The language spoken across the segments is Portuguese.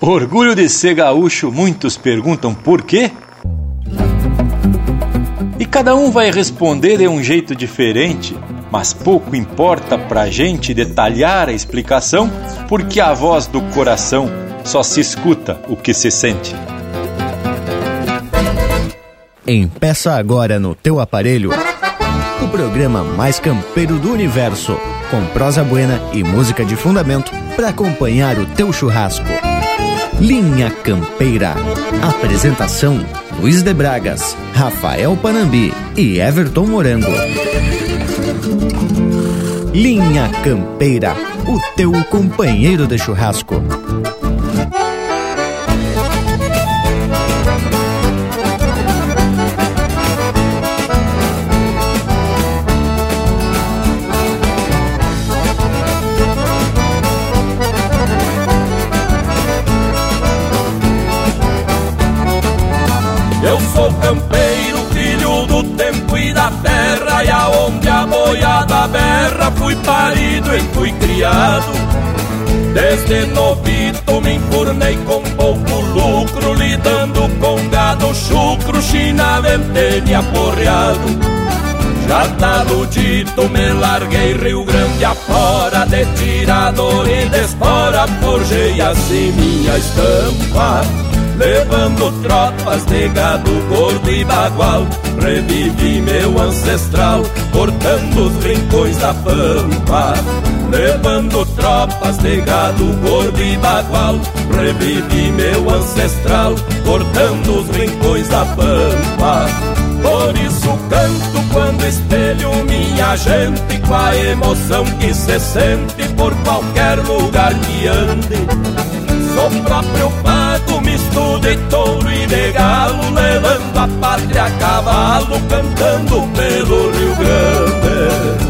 Orgulho de ser gaúcho, muitos perguntam por quê? E cada um vai responder de um jeito diferente, mas pouco importa pra gente detalhar a explicação, porque a voz do coração só se escuta o que se sente. Empeça agora no teu aparelho o programa mais campeiro do universo, com prosa buena e música de fundamento para acompanhar o teu churrasco. Linha Campeira. Apresentação: Luiz de Bragas, Rafael Panambi e Everton Morango. Linha Campeira, o teu companheiro de churrasco. Eu sou campeiro, filho do tempo e da terra, e aonde a boiada berra fui parido e fui criado. Desde novito me enfurnei com pouco lucro, lidando com gado chucro, china, ventena e aporreado. Já tá no dito, me larguei Rio Grande afora, de tirador e de espora, forjei assim minha estampa. Levando tropas de gado gordo e bagual, revivi meu ancestral, cortando os rincões da pampa. Levando tropas de gado gordo e bagual, revivi meu ancestral, cortando os rincões da pampa. Por isso canto quando espelho minha gente, com a emoção que se sente por qualquer lugar que ande. Sou próprio pago, misto de touro e de galo, levando a pátria a cavalo, cantando pelo Rio Grande.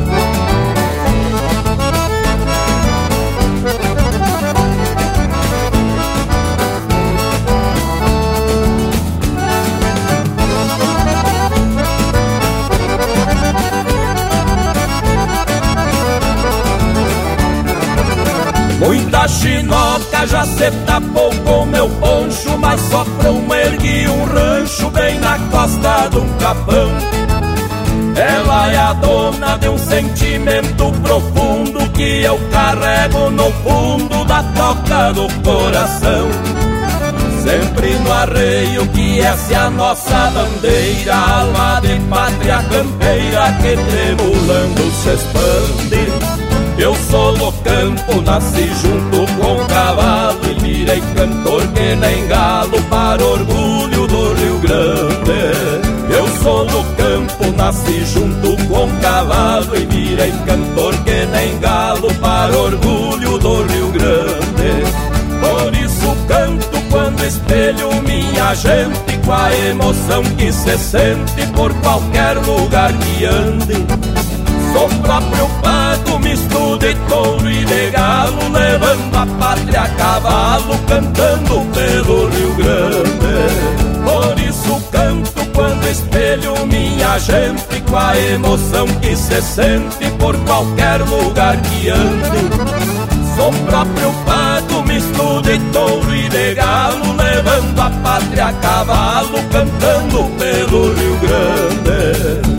Muita chinoca já se tapou com meu poncho, mas só pra um ergui um rancho bem na costa de um capão. Ela é a dona de um sentimento profundo que eu carrego no fundo da toca do coração. Sempre no arreio que essa é a nossa bandeira, alma de pátria campeira que tremulando se expande. Eu sou do campo, nasci junto com o cavalo e virei cantor que nem galo para orgulho do Rio Grande. Eu sou do campo, nasci junto com o cavalo e virei cantor que nem galo para orgulho do Rio Grande. Por isso canto quando espelho minha gente, com a emoção que se sente por qualquer lugar que ande. Sou próprio pago, misto de touro e de galo, levando a pátria a cavalo, cantando pelo Rio Grande. Por isso canto quando espelho minha gente, com a emoção que se sente por qualquer lugar que ande. Sou próprio pago, misto de touro e de galo, levando a pátria a cavalo, cantando pelo Rio Grande.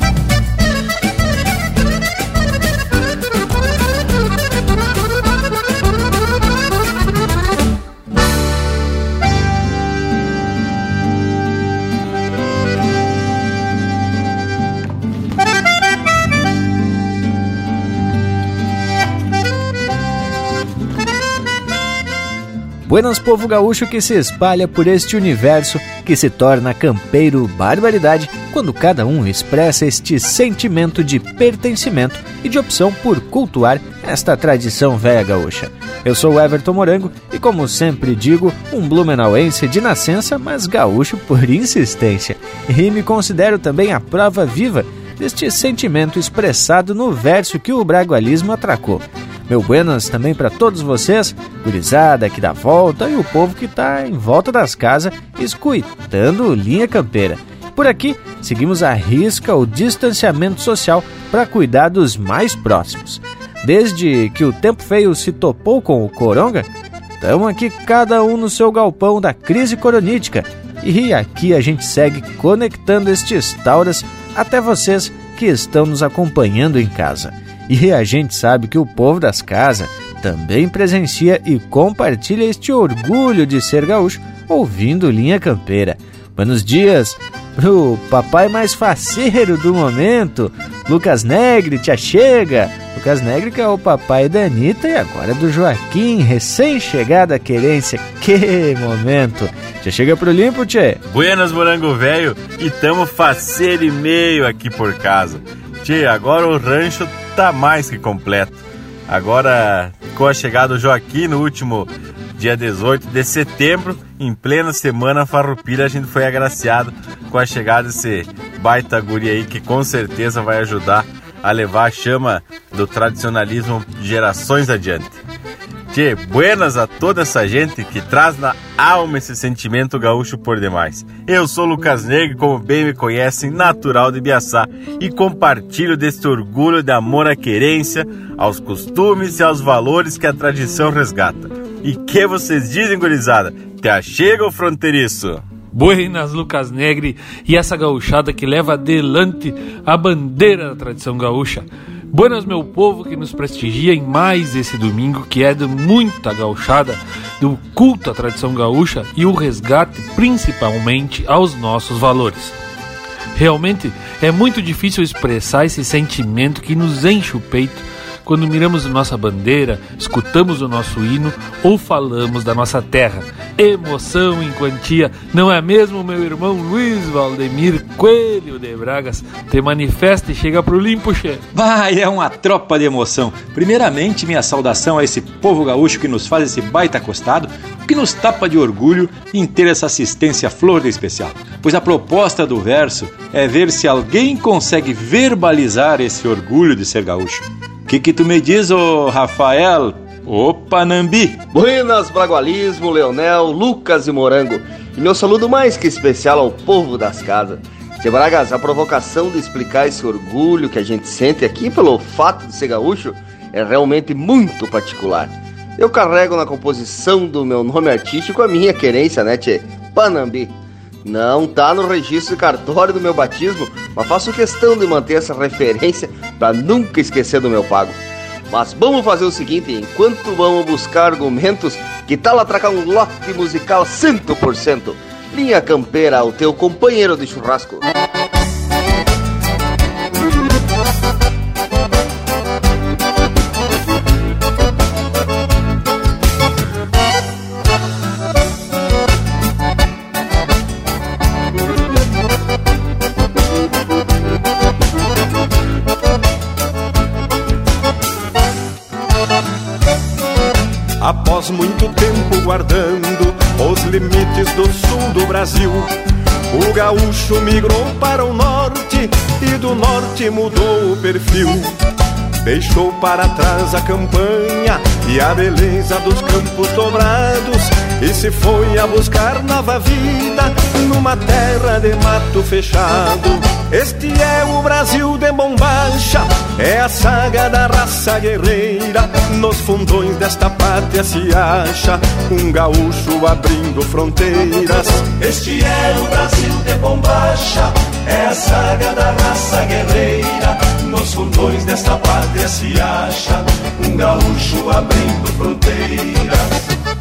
Buenas, povo gaúcho que se espalha por este universo, que se torna campeiro barbaridade quando cada um expressa este sentimento de pertencimento e de opção por cultuar esta tradição véia gaúcha. Eu sou o Everton Morango e, como sempre digo, um blumenauense de nascença, mas gaúcho por insistência. E me considero também a prova viva deste sentimento expressado no verso que o bragualismo atracou. Meu buenas também para todos vocês, gurizada aqui da volta e o povo que está em volta das casas escutando Linha Campeira. Por aqui, seguimos à risca o distanciamento social para cuidar dos mais próximos. Desde que o tempo feio se topou com o coronga, Estamos aqui cada um no seu galpão da crise coronítica e aqui a gente segue conectando estes tauras até vocês que estão nos acompanhando em casa. E a gente sabe que o povo das casas também presencia e compartilha este orgulho de ser gaúcho ouvindo Linha Campeira. Buenos dias pro papai mais faceiro do momento, Lucas Negri, tia chega. Lucas Negri que é o papai da Anitta e agora do Joaquim, recém-chegada à querência. Que momento! Já chega pro limpo, tchê? Buenas, morango velho, e tamo faceiro e meio aqui por casa. Tchê, agora o rancho tá mais que completo. Agora, com a chegada do Joaquim no último dia 18 de setembro, em plena semana farroupilha, a gente foi agraciado com a chegada desse baita guri aí que com certeza vai ajudar a levar a chama do tradicionalismo gerações adiante. Tchê, buenas a toda essa gente que traz na alma esse sentimento gaúcho por demais. Eu sou Lucas Negri, como bem me conhecem, natural de Ibiaçá, e compartilho deste orgulho de amor à querência, aos costumes e aos valores que a tradição resgata. E que vocês dizem, gurizada? Te achega o fronteiriço? Buenas, Lucas Negri, e essa gauchada que leva adelante a bandeira da tradição gaúcha. Buenas, meu povo que nos prestigia em mais esse domingo, que é de muita gauchada, do culto à tradição gaúcha e o resgate principalmente aos nossos valores. Realmente é muito difícil expressar esse sentimento que nos enche o peito quando miramos nossa bandeira, escutamos o nosso hino ou falamos da nossa terra. Emoção em quantia, não é mesmo, meu irmão Luiz Valdemir Coelho de Bragas? Te manifesta e chega pro limpo, che. Vai, é uma tropa de emoção. Primeiramente, minha saudação a esse povo gaúcho que nos faz esse baita acostado, que nos tapa de orgulho em ter essa assistência flor de especial. Pois a proposta do verso é ver se alguém consegue verbalizar esse orgulho de ser gaúcho. Que tu me diz, ô Rafael, ô Panambi? Buenas, Bragualismo, Leonel, Lucas e Morango. E meu saludo mais que especial ao povo das casas. Tchê Bragas, a provocação de explicar esse orgulho que a gente sente aqui pelo fato de ser gaúcho é realmente muito particular. Eu carrego na composição do meu nome artístico a minha querência, né, tchê? Panambi. Não tá no registro de cartório do meu batismo, mas faço questão de manter essa referência para nunca esquecer do meu pago. Mas vamos fazer o seguinte, enquanto vamos buscar argumentos, que tal atracar um lote musical 100%? Linha Campeira, o teu companheiro de churrasco. Após muito tempo guardando os limites do sul do Brasil, o gaúcho migrou para o norte e do norte mudou o perfil. Deixou para trás a campanha e a beleza dos campos dobrados e se foi a buscar nova vida numa terra de mato fechado. Este é o Brasil de bombacha, é a saga da raça guerreira. Nos fundões desta pátria se acha um gaúcho abrindo fronteiras. Este é o Brasil de bombacha, é a saga da raça guerreira. Nos fundões desta pátria se acha um gaúcho abrindo fronteiras.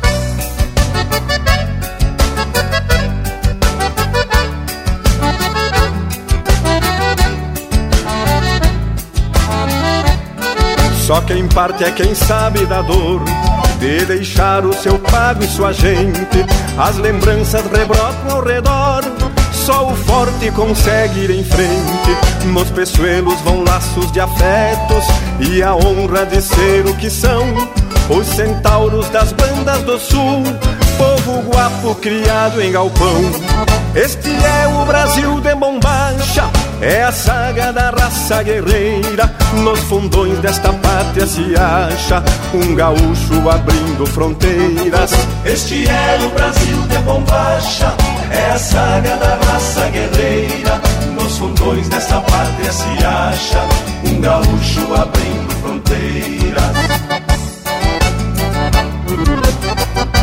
Só quem parte é quem sabe da dor de deixar o seu pago e sua gente. As lembranças rebrotam ao redor, só o forte consegue ir em frente. Nos peçoelos vão laços de afetos e a honra de ser o que são os centauros das bandas do sul, povo guapo criado em galpão. Este é o Brasil de bombacha, é a saga da raça guerreira. Nos fundões desta pátria se acha um gaúcho abrindo fronteiras. Este é o Brasil de bombacha, é a saga da raça guerreira. Nos fundões desta pátria se acha um gaúcho abrindo fronteiras.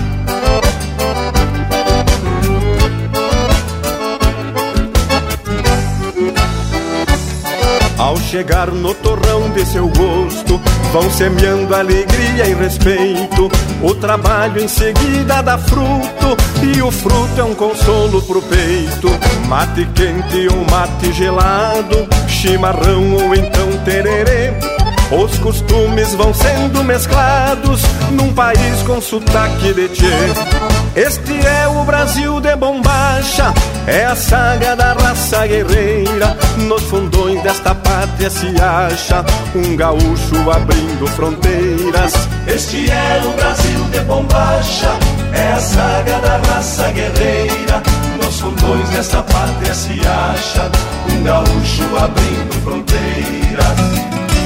chegar no torrão de seu gosto, vão semeando alegria e respeito. O trabalho em seguida dá fruto, e o fruto é um consolo pro peito. Mate quente ou mate gelado, chimarrão ou então tererê, os costumes vão sendo mesclados num país com sotaque de tchê. Este é o Brasil de bombacha, é a saga da raça guerreira. Nos fundões desta pátria se acha um gaúcho abrindo fronteiras. Este é o Brasil de bombacha, é a saga da raça guerreira. Nos fundões desta pátria se acha um gaúcho abrindo fronteiras.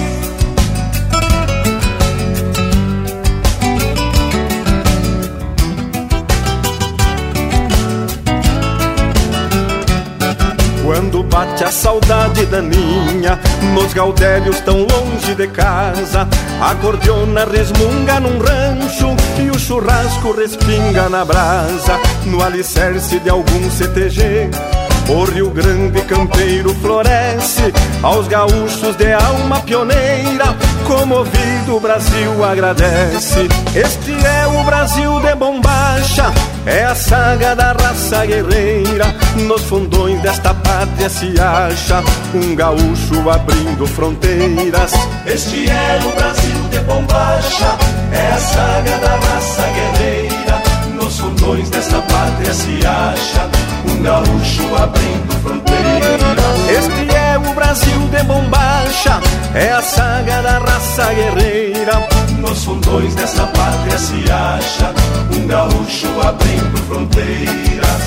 Quando bate a saudade daninha, nos gaudérios tão longe de casa, a cordiona resmunga num rancho e o churrasco respinga na brasa. No alicerce de algum CTG, o Rio Grande campeiro floresce aos gaúchos de alma pioneira. Comovido o Brasil agradece. Este é o Brasil de bombacha, é a saga da raça guerreira. Nos fundões desta pátria se acha um gaúcho abrindo fronteiras. Este é o Brasil de bombacha, é a saga da raça guerreira. Nos fundões desta pátria se acha um gaúcho abrindo fronteiras. Este é o Brasil de bombacha, é a saga da raça guerreira. Nos fundões desta pátria se acha um gaúcho abrindo fronteiras.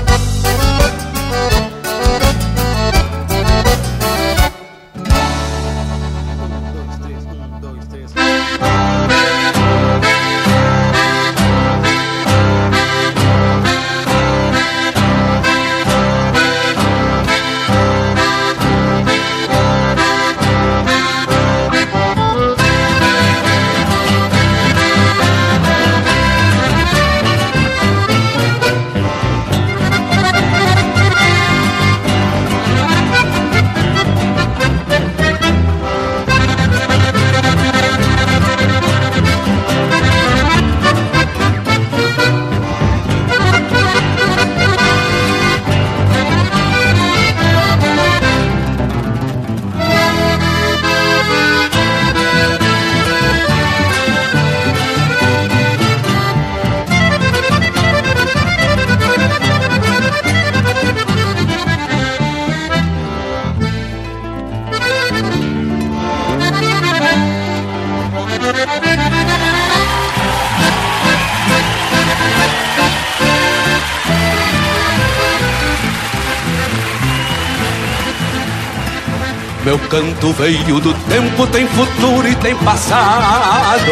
Meu canto veio do tempo, tem futuro e tem passado,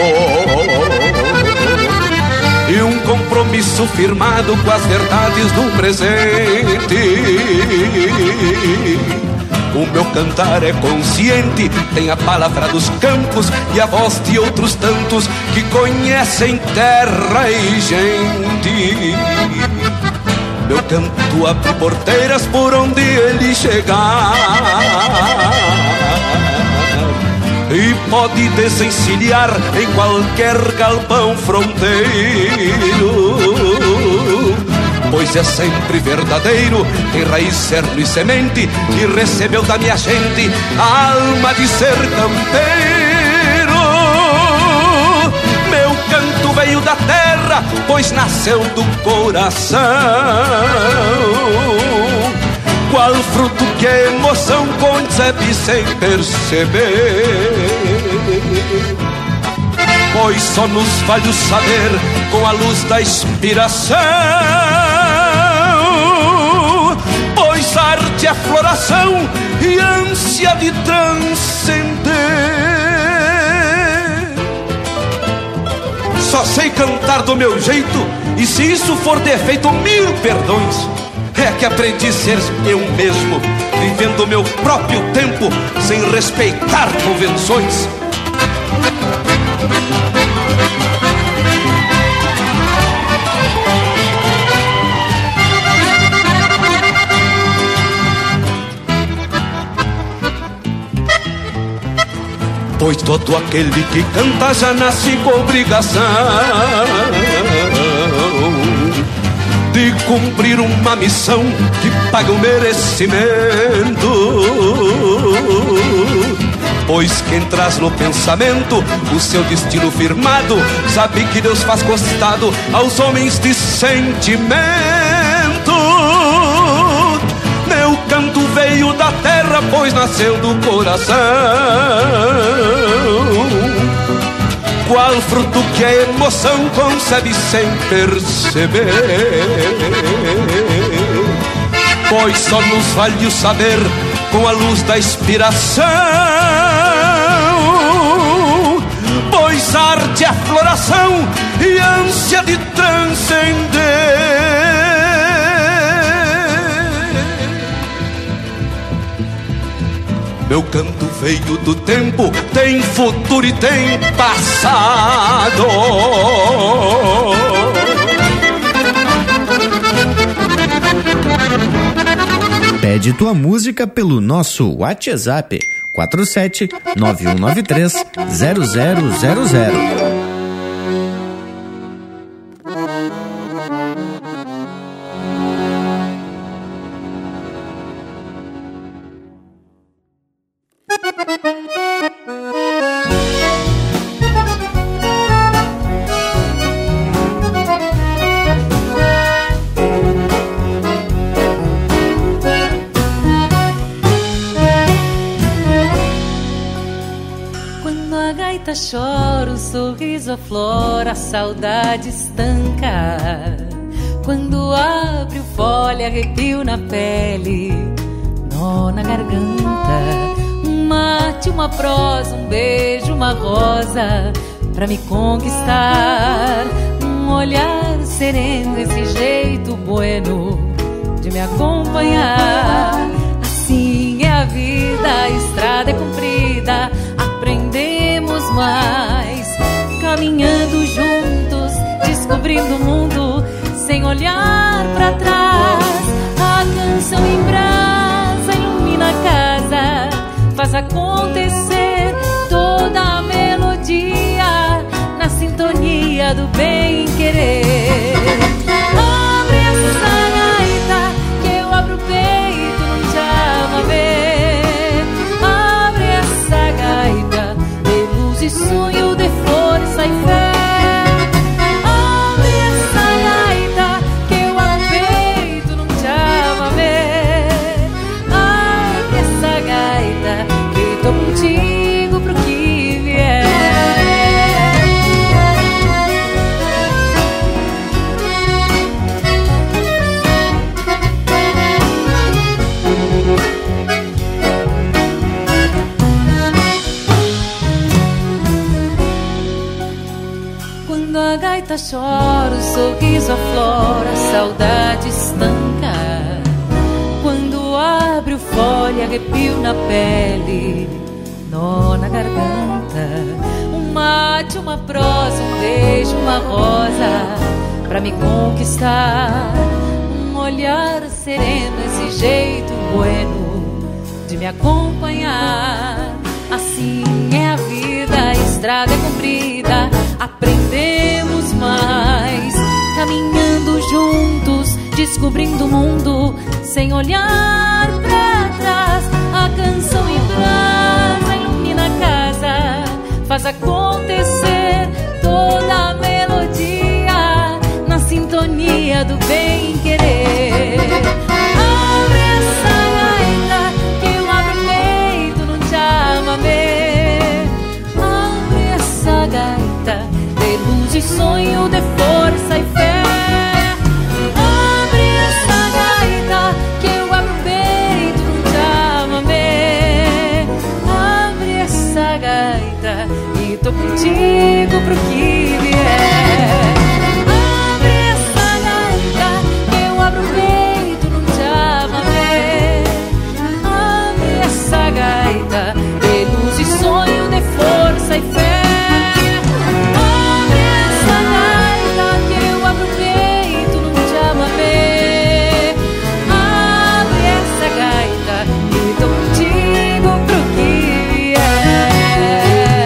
e um compromisso firmado com as verdades do presente. O meu cantar é consciente, tem a palavra dos campos e a voz de outros tantos que conhecem terra e gente. Meu canto abre porteiras por onde ele chegar, e pode desencilhar em qualquer galpão fronteiro, pois é sempre verdadeiro, tem raiz, cerne e semente, e recebeu da minha gente a alma de ser campeiro. Meu canto veio da terra, pois nasceu do coração. Qual fruto que a emoção concebe sem perceber, pois só nos vale o saber com a luz da inspiração, pois arte é floração e ânsia de transcender. Só sei cantar do meu jeito, e se isso for defeito, 1000 perdões. É que aprendi a ser eu mesmo, vivendo o meu próprio tempo, sem respeitar convenções. pois todo aquele que canta já nasce com obrigação de cumprir uma missão que paga o merecimento. Pois quem traz no pensamento o seu destino firmado sabe que Deus faz costado aos homens de sentimento. Meu canto veio da terra, pois nasceu do coração. Qual fruto que a emoção concebe sem perceber? Pois só nos vale o saber com a luz da inspiração. Pois arte é floração e ânsia de transcender. Meu canto veio do tempo, tem futuro e tem passado. Pede tua música pelo nosso WhatsApp 47-9193-0000. Chora, o sorriso aflora, a saudade estanca. Quando abre o folha, arrepio na pele, nó na garganta. Um mate, uma prosa, um beijo, uma rosa pra me conquistar. Um olhar sereno, esse jeito bueno de me acompanhar. Assim é a vida, a estrada é comprida, aprendemos mais, caminhando juntos, descobrindo o mundo, sem olhar pra trás. A canção em brasa ilumina a casa, faz acontecer toda a melodia, na sintonia do bem-querer. Abre essa gaita que eu abro o peito, não te amo a ver. Abre essa gaita de sonho, de força e fé. Abre essa gaita que eu abro o peito, não te amo a ver. Abre essa gaita que tô contigo pro que vier. Quando a gaita chora, o sorriso aflora, a saudade estanca. Quando abre o folha, arrepio na pele, nó na garganta. Um mate, uma prosa, um beijo, uma rosa pra me conquistar. Um olhar sereno, esse jeito bueno de me acompanhar. Assim é a vida, a estrada é comprida, aprendemos mais, caminhando juntos, descobrindo o mundo, sem olhar pra trás. A canção em brasa ilumina a casa, faz acontecer toda a melodia, na sintonia do bem-querer. Abre essa gaita que eu abro o peito, não te amo a ver. Abre essa gaita de luz e sonho, de força e fé. Abre essa gaita que eu abro o peito, não te amo a ver. Abre essa gaita e tô contigo pro que vier. Abre essa gaita que eu abro o peito, não te amo a ver. Abre essa gaita de luz e sonho, de força e fé. Abre essa gaita que eu abro o peito, não te amo a ver. Abre essa gaita e tô contigo pro que vier.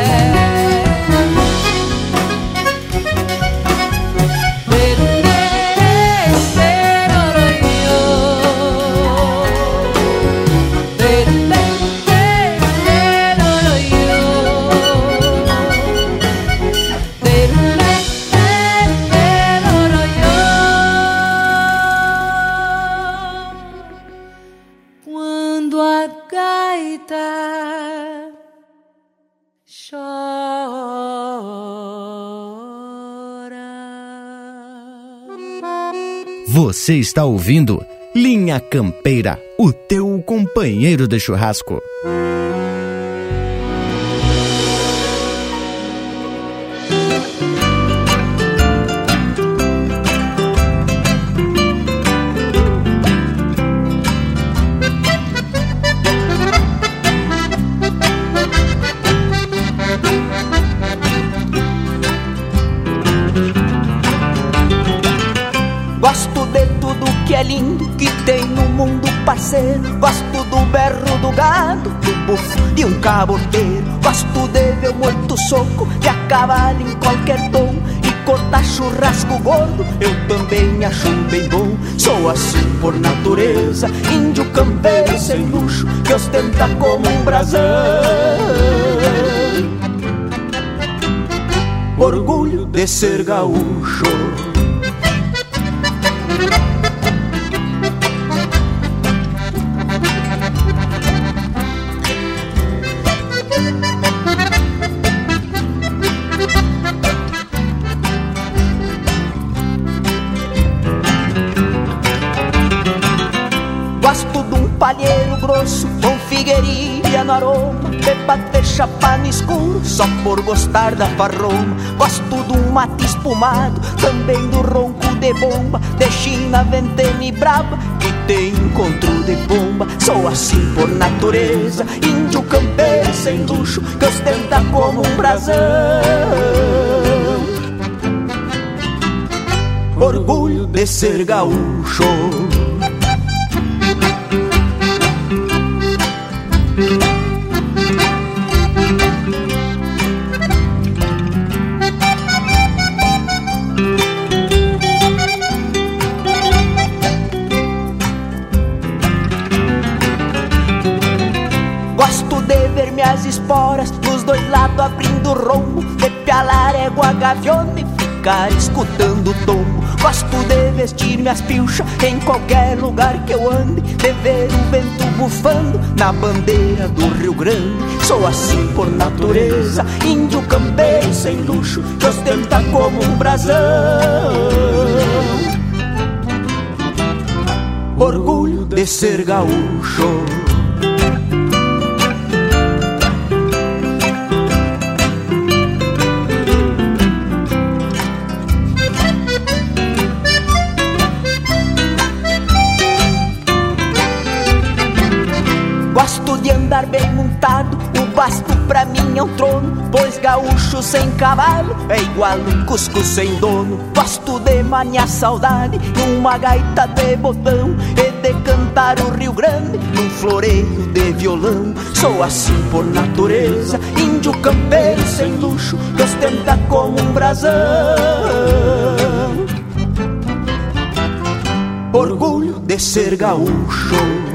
Você está ouvindo Linha Campeira, o teu companheiro de churrasco. Gosto de tudo que é lindo que tem no mundo, parceiro. Gosto do berro do gado, do bufo de um cabordeiro. Gosto de ver muito soco de a cavalo em qualquer tom. E cortar churrasco gordo eu também acho bem bom. Sou assim por natureza, índio campeiro sem luxo, que ostenta como um brasão. Orgulho de ser gaúcho. Gosto de um palheiro grosso com figueirinha no aroma, de bater chapa no escuro só por gostar da farroma. Gosto de um mate espumado, também do ronco de bomba, de china, ventena e braba, que tem encontro de bomba. Sou assim por natureza, índio campeiro sem luxo, que ostenta como um brasão. Orgulho de ser gaúcho. Gosto de ver minhas esporas dos dois lados abrindo rombo, de pialar égua gaviona e ficar escutando o tombo. Gosto de vestir minhas pilchas em qualquer lugar que eu ande, de ver o vento bufando na bandeira do Rio Grande. Sou assim por natureza, índio campeiro sem luxo, que ostenta como um brasão. Orgulho de ser gaúcho. Gosto de andar bem montado, o basto pra mim é um trono, pois gaúcho sem cavalo é igual um cusco sem dono. Gosto de maniar saudade numa gaita de botão e de cantar o Rio Grande num floreio de violão. Sou assim por natureza, índio campeiro sem luxo, que ostenta como um brasão. Orgulho de ser gaúcho.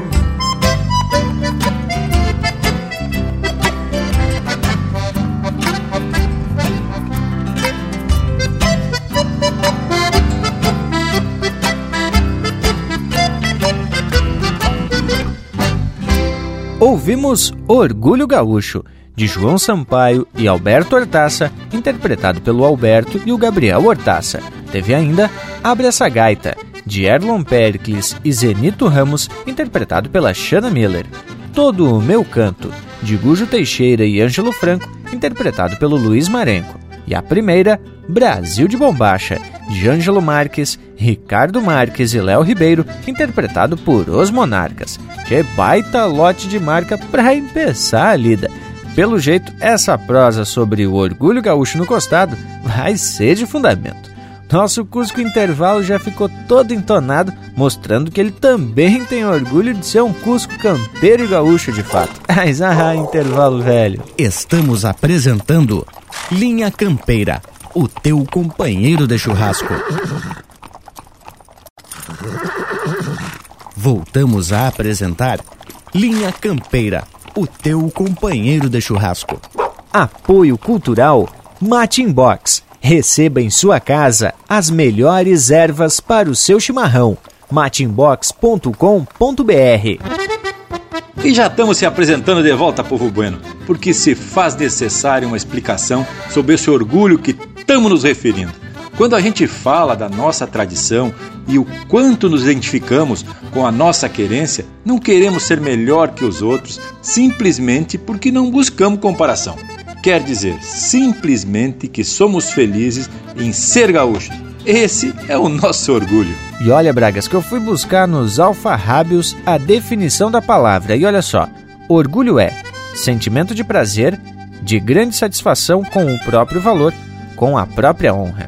Ouvimos Orgulho Gaúcho, de João Sampaio e Alberto Hortaça, interpretado pelo Alberto e o Gabriel Hortaça. Teve ainda Abre Essa Gaita, de Erlon Pericles e Zenito Ramos, interpretado pela Xana Miller. Todo o Meu Canto, de Gujo Teixeira e Ângelo Franco, interpretado pelo Luiz Marenco. E a primeira, Brasil de Bombacha, de Ângelo Marques, Ricardo Marques e Léo Ribeiro, interpretado por Os Monarcas. Que baita lote de marca pra empeçar a lida. Pelo jeito, essa prosa sobre o orgulho gaúcho no costado vai ser de fundamento. Nosso Cusco Intervalo já ficou todo entonado, mostrando que ele também tem orgulho de ser um Cusco campeiro e gaúcho de fato. Mas intervalo velho. Estamos apresentando Linha Campeira, o teu companheiro de churrasco. Voltamos a apresentar Linha Campeira, o teu companheiro de churrasco. Apoio Cultural Matin Box. Receba em sua casa as melhores ervas para o seu chimarrão. matinbox.com.br. E já estamos se apresentando de volta, povo bueno, porque se faz necessária uma explicação sobre esse orgulho que estamos nos referindo. Quando a gente fala da nossa tradição e o quanto nos identificamos com a nossa querência, não queremos ser melhor que os outros simplesmente porque não buscamos comparação. Quer dizer, simplesmente que somos felizes em ser gaúchos. Esse é o nosso orgulho. E olha, Bragas, que eu fui buscar nos alfarrábios a definição da palavra. E olha só, orgulho é sentimento de prazer, de grande satisfação com o próprio valor, com a própria honra.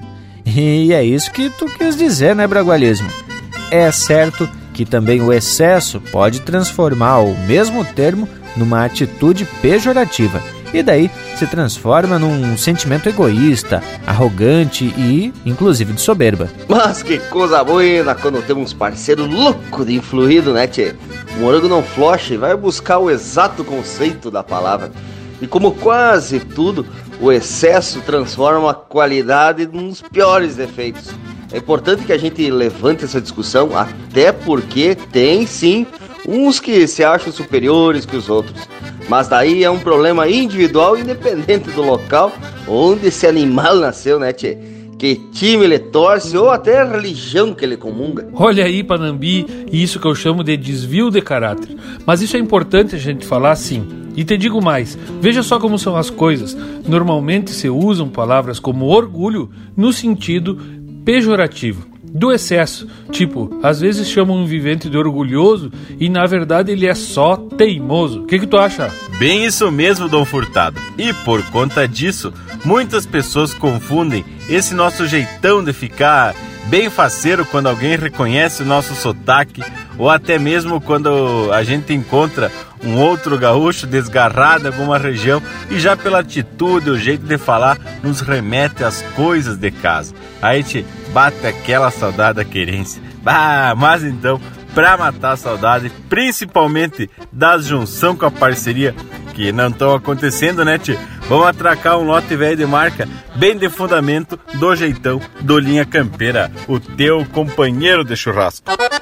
E é isso que tu quis dizer, né, Bragualismo? É certo que também o excesso pode transformar o mesmo termo numa atitude pejorativa. E daí se transforma num sentimento egoísta, arrogante e, inclusive, de soberba. Mas que coisa boa quando temos um parceiro louco de influído, né, tchê? O Morango não flocha e vai buscar o exato conceito da palavra. E como quase tudo, o excesso transforma a qualidade nos piores defeitos. É importante que a gente levante essa discussão, até porque tem sim uns que se acham superiores que os outros. Mas daí é um problema individual, independente do local onde esse animal nasceu, né, tchê? Que time ele torce ou até a religião que ele comunga. Olha aí, Panambi, isso que eu chamo de desvio de caráter. Mas isso é importante a gente falar sim. E te digo mais, veja só como são as coisas. Normalmente se usam palavras como orgulho no sentido pejorativo, do excesso. Tipo, às vezes chamam um vivente de orgulhoso e na verdade ele é só teimoso. O que tu acha? Bem isso mesmo, Dom Furtado. E por conta disso, muitas pessoas confundem esse nosso jeitão de ficar bem faceiro quando alguém reconhece o nosso sotaque, ou até mesmo quando a gente encontra um outro gaúcho desgarrado em alguma região e já pela atitude, o jeito de falar, nos remete às coisas de casa. Aí te bate aquela saudade da querência. Mas então, pra matar a saudade, principalmente da junção com a parceria, que não estão acontecendo, né, tio? Vamos atracar um lote velho de marca, bem de fundamento, do jeitão do Linha Campeira, o teu companheiro de churrasco.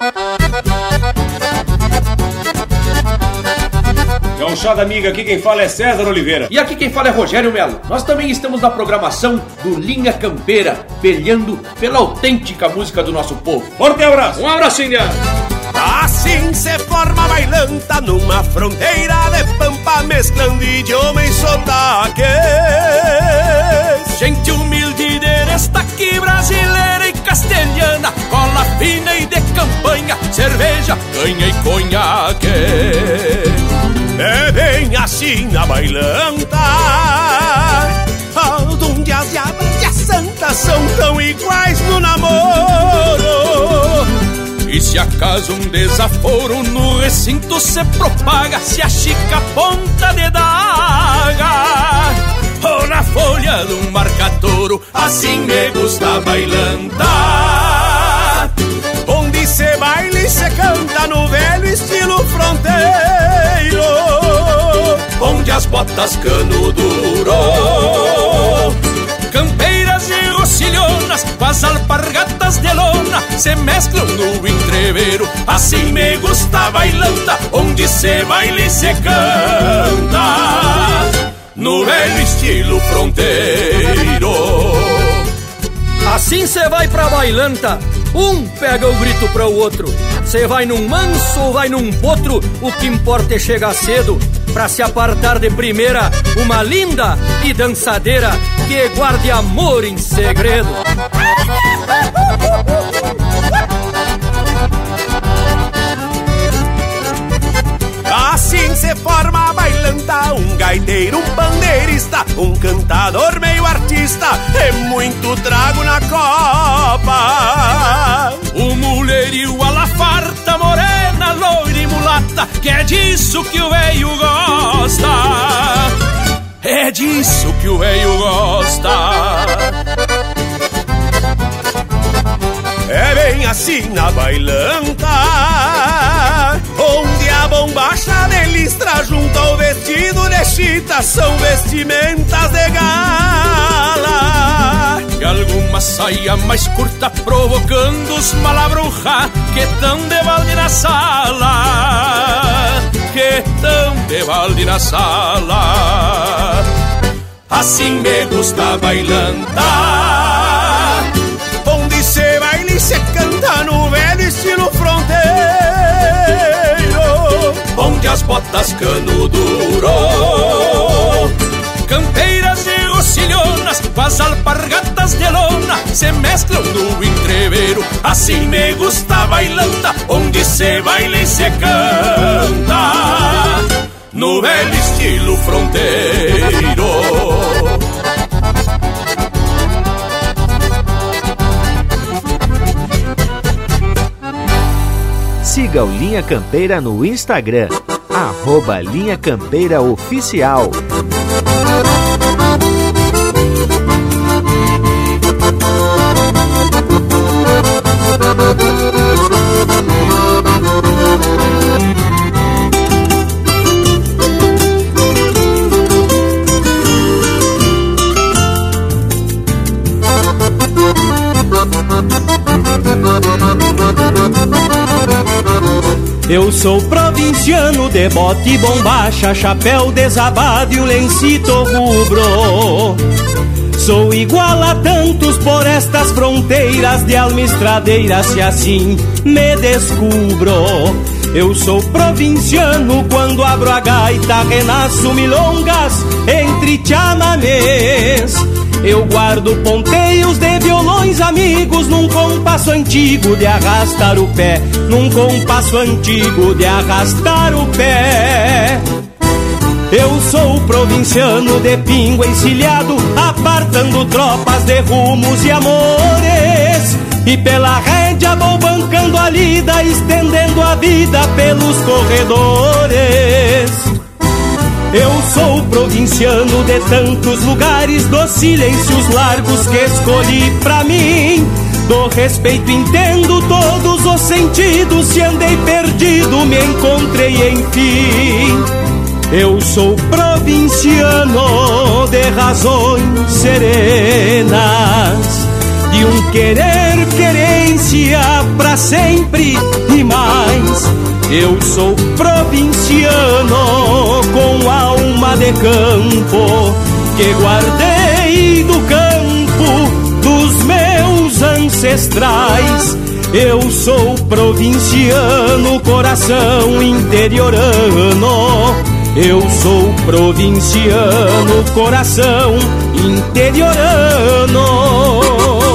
Gauchada amiga, aqui quem fala é César Oliveira. E aqui quem fala é Rogério Melo. Nós também estamos na programação do Linha Campeira, peleando pela autêntica música do nosso povo. Forte abraço! Um abraço, India! Assim se forma a bailanta numa fronteira de pampa, mesclando idioma e sotaques. Gente humilde desta aqui, brasileira e castelhana, cola fina e de campanha, cerveja, canha e conhaque. É bem assim na bailanta, onde as diabas e as santas são tão iguais no namoro. E se acaso um desaforo no recinto se propaga, se achica a ponta de daga ou na folha de um marca-touro, assim me gusta a bailanta. Onde se baila e se canta no velho estilo fronteiro, onde as botas cano duro, campeiras e rocilhonas com as alpargatas de lona se mesclam no entreveiro, assim me gusta a bailanta, onde se baila e se canta no velho estilo fronteiro. Assim cê vai pra bailanta, um pega o grito para o outro. Cê vai num manso ou vai num potro, o que importa é chegar cedo, pra se apartar de primeira uma linda e dançadeira que guarde amor em segredo. Assim se forma a bailanta, um gaiteiro, um pandeirista, um cantador meio artista, é muito trago na copa. O mulherio a la farta, morena, loira e mulata, que é disso que o velho gosta. É disso que o velho gosta. É bem assim na bailanta, onde a bombacha de listra junto ao vestido de chita são vestimentas de gala. E alguma saia mais curta provocando os malabruja que tão de balde na sala, que tão de balde na sala. Assim me gusta a bailanta, estilo fronteiro, onde as botas cano duro, campeiras e rocilhonas com as alpargatas de lona se mesclam no entreveiro. Assim me gusta a bailanta, onde se baila e se canta, no velho estilo fronteiro. Siga o Linha Campeira no Instagram, @Linha Campeira Oficial. Eu sou provinciano de bote e bombacha, chapéu desabado e o lencito rubro. Sou igual a tantos por estas fronteiras de alma estradeira, se assim me descubro. Eu sou provinciano, quando abro a gaita renasço milongas entre chamamés. Eu guardo ponteios de violões amigos num compasso antigo de arrastar o pé, num compasso antigo de arrastar o pé. Eu sou provinciano de pingo encilhado, apartando tropas de rumos e amores. E pela rédea vou bancando a lida, estendendo a vida pelos corredores. Eu sou provinciano de tantos lugares, dos silêncios largos que escolhi pra mim. Do respeito entendo todos os sentidos, se andei perdido me encontrei enfim. Eu sou provinciano de razões serenas, de um querer querência pra sempre e mais. Eu sou provinciano com alma de campo, que guardei do campo dos meus ancestrais. Eu sou provinciano, coração interiorano. Eu sou provinciano, coração interiorano.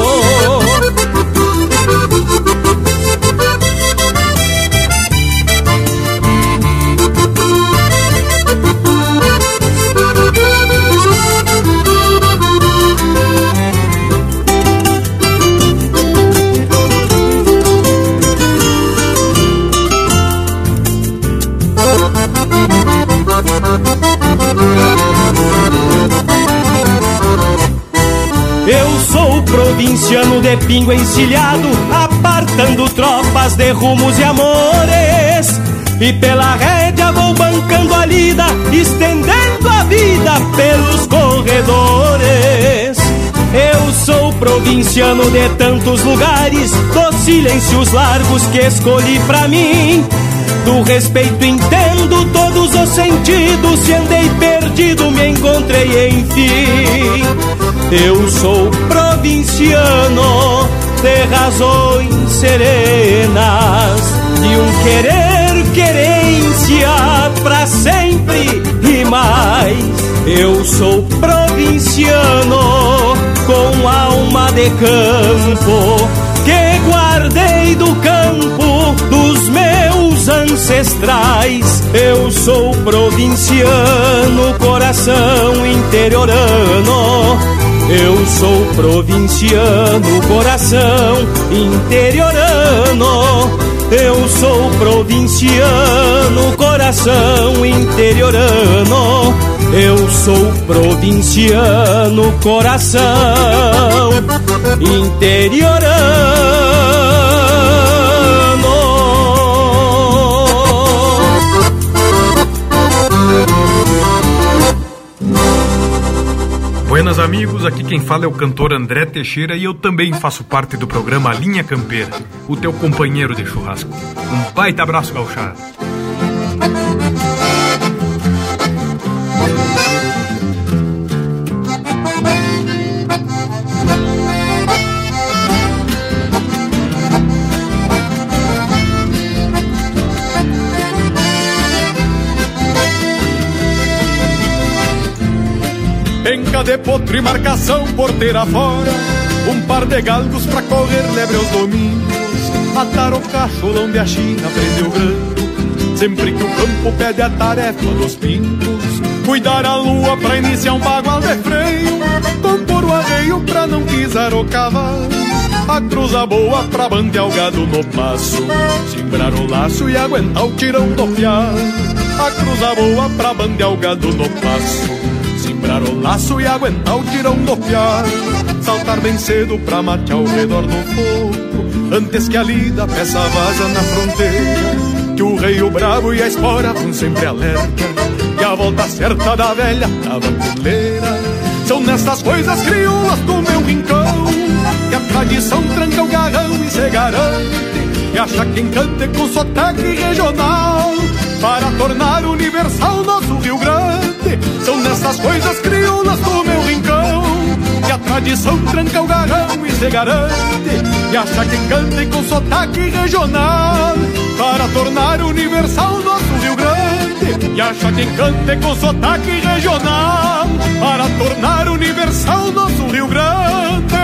Eu sou provinciano de pingo encilhado, apartando tropas de rumos e amores. E pela rédea vou bancando a lida, estendendo a vida pelos corredores. Eu sou provinciano de tantos lugares, dos silêncios largos que escolhi pra mim. Do respeito entendo todos os sentidos, se andei perdido me encontrei enfim. Eu sou provinciano de razões serenas, de um querer querência pra sempre e mais. Eu sou provinciano com alma de campo, que guardei do campo dos meus ancestrais. Eu sou provinciano, coração interiorano. Eu sou provinciano, coração interiorano. Eu sou provinciano, coração interiorano. Eu sou provinciano, coração interiorano. Buenas amigos, aqui quem fala é o cantor André Teixeira e eu também faço parte do programa Linha Campeira, o teu companheiro de churrasco. Um baita abraço, gauchada. penca de potro e marcação porteira fora, um par de galgos pra correr lebre aos domingos, atar o cacholão de a China, prender o granco, sempre que o campo pede a tarefa dos pingos, cuidar a lua pra iniciar um bagual de freio, compor o arreio pra não pisar o cavalo, a cruza boa pra bandear o gado no passo, cimbrar o laço e aguentar o tirão do fiado. A cruza boa pra bandear o gado no passo, cimbrar o laço e aguentar o tirão do fiado. Saltar bem cedo pra matear ao redor do fogo, antes que a lida peça vaza na fronteira, que o rei, o bravo e a espora vão sempre alerta, e a volta certa da velha tabaculeira. São nessas coisas crioulas do meu rincão que a tradição tranca o garrão e se garante, e acha quem cante com sotaque regional para tornar universal nosso Rio Grande. São nessas coisas crioulas do meu rincão que a tradição tranca o garrão e se garante, e acha quem cante com sotaque regional para tornar universal nosso Rio Grande, e acha quem cante com sotaque regional para tornar universal nosso Rio Grande.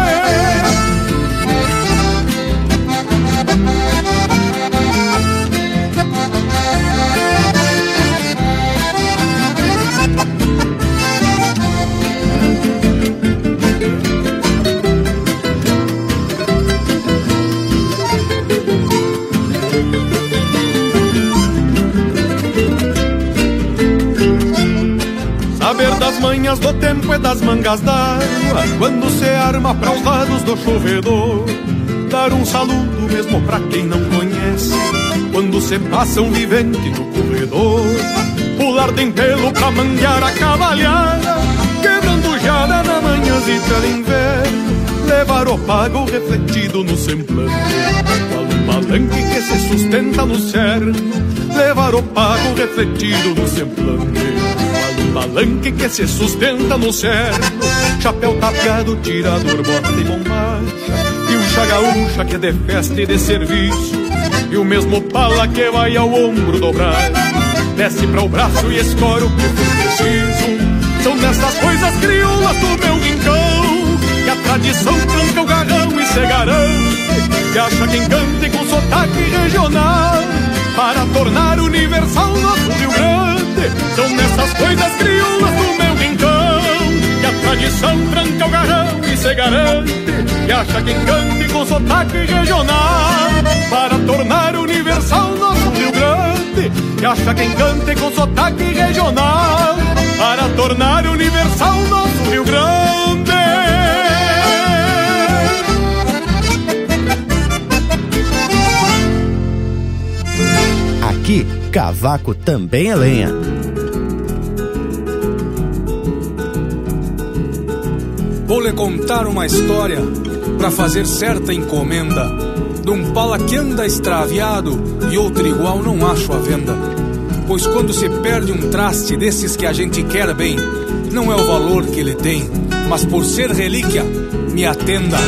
Saber das manhas do tempo e das mangas d'água, quando se arma para os lados do chovedor, dar um saludo mesmo pra quem não conhece, quando se passa um vivente no corredor, pular de pelo pra manguear a cavalhada, quebrando jada na manhãzita de inverno, levar o pago refletido no semblante, qual um palanque que se sustenta no cerno, levar o pago refletido no semblante, palanque que se sustenta no cerno, chapéu tapeado, tirador, bota e bombacha, e o chagaúcha que é de festa e de serviço, e o mesmo pala que vai ao ombro dobrar, desce para o braço e escora o que for preciso. São nessas coisas crioulas do meu rincão que a tradição tranca o garrão e se garante, e acha quem cante com sotaque regional para tornar universal nosso Rio Grande. São nessas coisas crioulas do meu rincão que a tradição tranca o garrão e se garante, e acha quem cante com sotaque regional para tornar universal nosso Rio Grande, e acha quem cante com sotaque regional para tornar universal nosso Rio Grande. Aqui, cavaco também é lenha. Vou lhe contar uma história pra fazer certa encomenda, de um pala que anda extraviado e outro igual não acho à venda. Pois quando se perde um traste desses que a gente quer bem, não é o valor que ele tem, mas por ser relíquia, me atenda.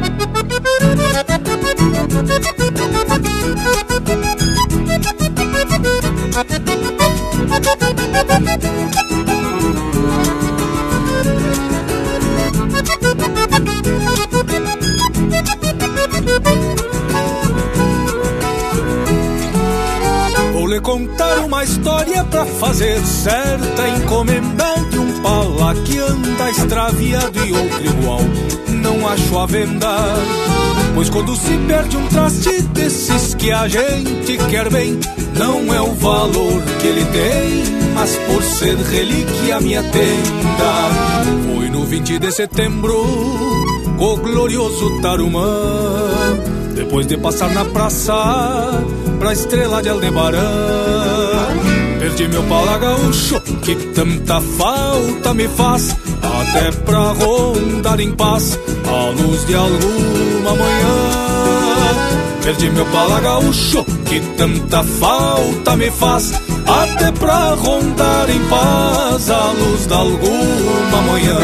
Vou lhe contar uma história pra fazer certa encomenda, de um pala que anda extraviado e outro igual não acho à venda. Pois quando se perde um traste desses que a gente quer bem, não é o valor que ele tem, mas por ser relíquia me atenda. Foi no 20 de setembro, com o glorioso Tarumã, depois de passar na praça pra estrela de Aldebarã, perdi meu pala gaúcho, que tanta falta me faz, até pra rondar em paz a luz de alguma manhã. Perdi meu pala gaúcho, que tanta falta me faz, até pra rondar em paz a luz de alguma manhã.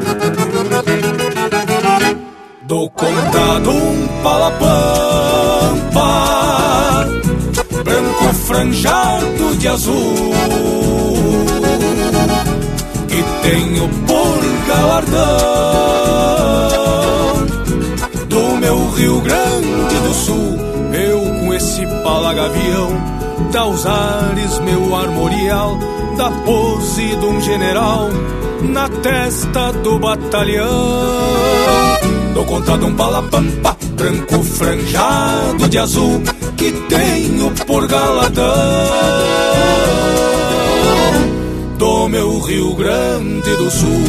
Dou conta de um pala pampa, branco franjado de azul, que tenho por galardão do meu Rio Grande do Sul. Eu com esse palagavião, dá os ares meu armorial, da pose de um general na testa do batalhão. Dou conta de um palapampa, branco franjado de azul, que tenho por galadão do meu Rio Grande do Sul.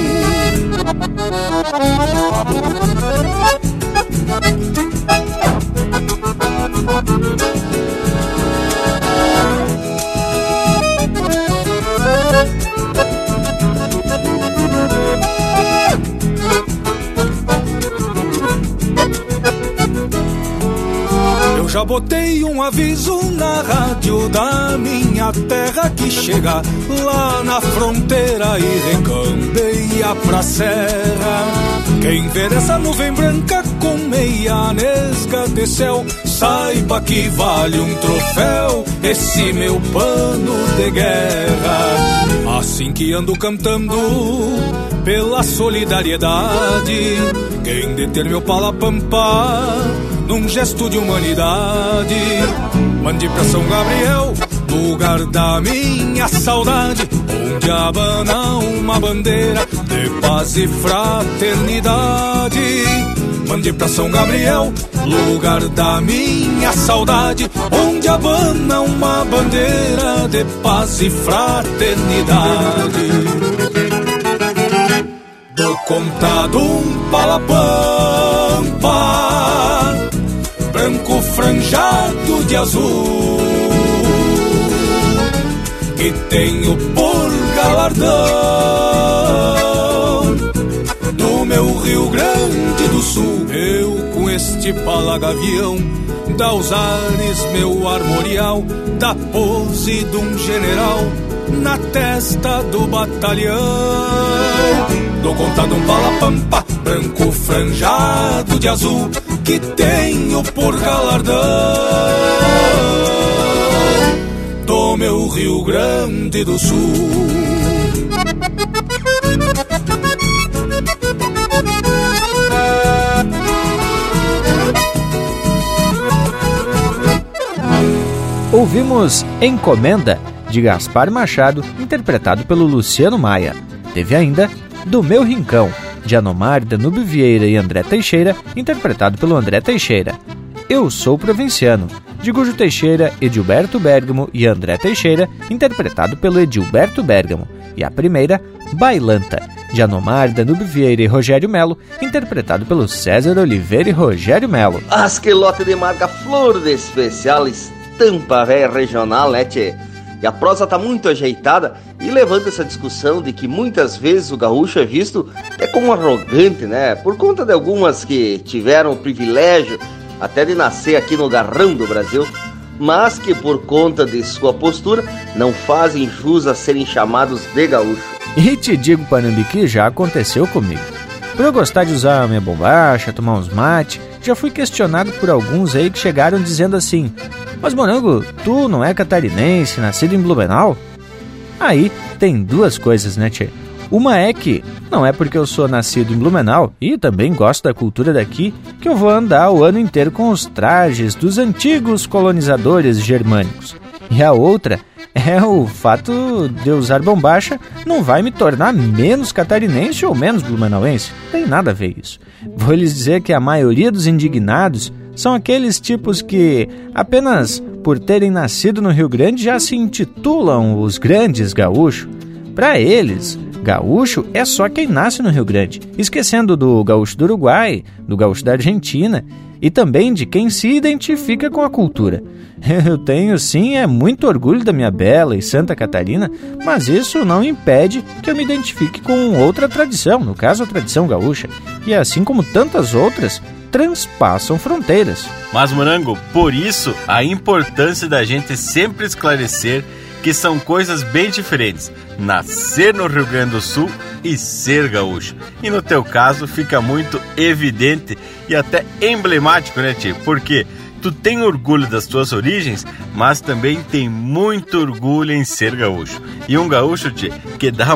Já botei um aviso na rádio da minha terra que chega lá na fronteira e recambeia pra serra. Quem ver essa nuvem branca com meia nesga de céu, saiba que vale um troféu esse meu pano de guerra. Assim que ando cantando pela solidariedade, quem deter meu palapampa num gesto de humanidade, mande pra São Gabriel, lugar da minha saudade, onde abana uma bandeira de paz e fraternidade. Mande pra São Gabriel, lugar da minha saudade, onde abana uma bandeira de paz e fraternidade. Dou conta de um palapampa, branco franjado de azul, que tenho por galardão do meu Rio Grande do Sul. Eu com este palagavião, dá os ares meu armorial, da pose de um general na testa do batalhão. Dou conta de um palapampa, branco franjado de azul, que tenho por galardão do meu Rio Grande do Sul. Ouvimos Encomenda, de Gaspar Machado, interpretado pelo Luciano Maia. Teve ainda Do Meu Rincão, de Anomar, Danúbio Vieira e André Teixeira, interpretado pelo André Teixeira. Eu Sou Provinciano, de Gujo Teixeira, Edilberto Bergamo e André Teixeira, interpretado pelo Edilberto Bergamo. E a primeira, Bailanta, de Anomar, Danúbio Vieira e Rogério Melo, interpretado pelo César Oliveira e Rogério Melo. Asquelote de marca flor de especial, estampa véia regional, né, tchê? E a prosa tá muito ajeitada e levanta essa discussão de que muitas vezes o gaúcho é visto como arrogante, né? Por conta de algumas que tiveram o privilégio até de nascer aqui no garrão do Brasil, mas que por conta de sua postura não fazem jus a serem chamados de gaúcho. E te digo, Panambique, já aconteceu comigo. Por eu gostar de usar a minha bombacha, tomar uns mate, já fui questionado por alguns aí que chegaram dizendo assim: mas Morango, tu não é catarinense, nascido em Blumenau? Aí tem duas coisas, né, tchê? Uma é que não é porque eu sou nascido em Blumenau e também gosto da cultura daqui que eu vou andar o ano inteiro com os trajes dos antigos colonizadores germânicos. E a outra é o fato de eu usar bombacha não vai me tornar menos catarinense ou menos blumenauense. Não tem nada a ver isso. Vou lhes dizer que a maioria dos indignados são aqueles tipos que, apenas por terem nascido no Rio Grande, já se intitulam os grandes gaúchos. Para eles, gaúcho é só quem nasce no Rio Grande, esquecendo do gaúcho do Uruguai, do gaúcho da Argentina e também de quem se identifica com a cultura. Eu tenho, sim, muito orgulho da minha bela e Santa Catarina, mas isso não impede que eu me identifique com outra tradição, no caso a tradição gaúcha, que assim como tantas outras, transpassam fronteiras. Mas, Morango, por isso a importância da gente sempre esclarecer que são coisas bem diferentes, nascer no Rio Grande do Sul e ser gaúcho. E no teu caso fica muito evidente e até emblemático, né, tio? Porque tu tem orgulho das tuas origens, mas também tem muito orgulho em ser gaúcho. E um gaúcho, tio, que dá uma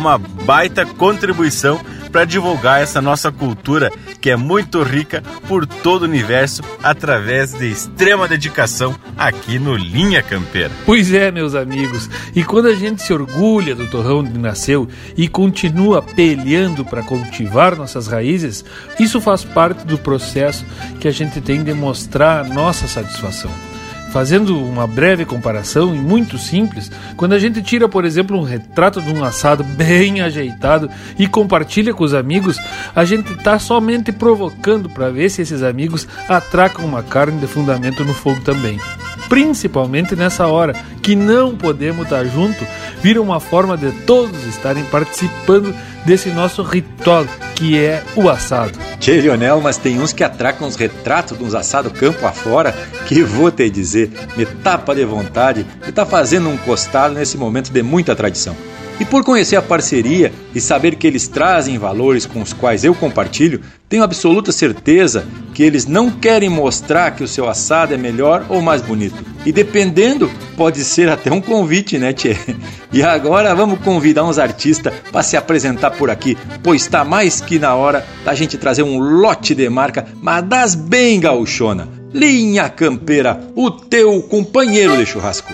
baita contribuição para divulgar essa nossa cultura, que é muito rica por todo o universo, através de extrema dedicação aqui no Linha Campeira. Pois é, meus amigos, e quando a gente se orgulha do torrão onde nasceu e continua peleando para cultivar nossas raízes, isso faz parte do processo que a gente tem de mostrar a nossa satisfação. Fazendo uma breve comparação e muito simples, quando a gente tira, por exemplo, um retrato de um assado bem ajeitado e compartilha com os amigos, a gente está somente provocando para ver se esses amigos atracam uma carne de fundamento no fogo também. Principalmente nessa hora, que não podemos estar junto, vira uma forma de todos estarem participando desse nosso ritual, que é o assado. Tchê, Lionel, mas tem uns que atracam os retratos de uns assados campo afora, que vou te dizer, me tapa de vontade de estar fazendo um costado nesse momento de muita tradição. E por conhecer a parceria e saber que eles trazem valores com os quais eu compartilho, tenho absoluta certeza que eles não querem mostrar que o seu assado é melhor ou mais bonito. E dependendo, pode ser até um convite, né, tchê? E agora vamos convidar uns artistas para se apresentar por aqui, pois está mais que na hora da gente trazer um lote de marca, mas das bem gaúchona. Linha Campeira, o teu companheiro de churrasco.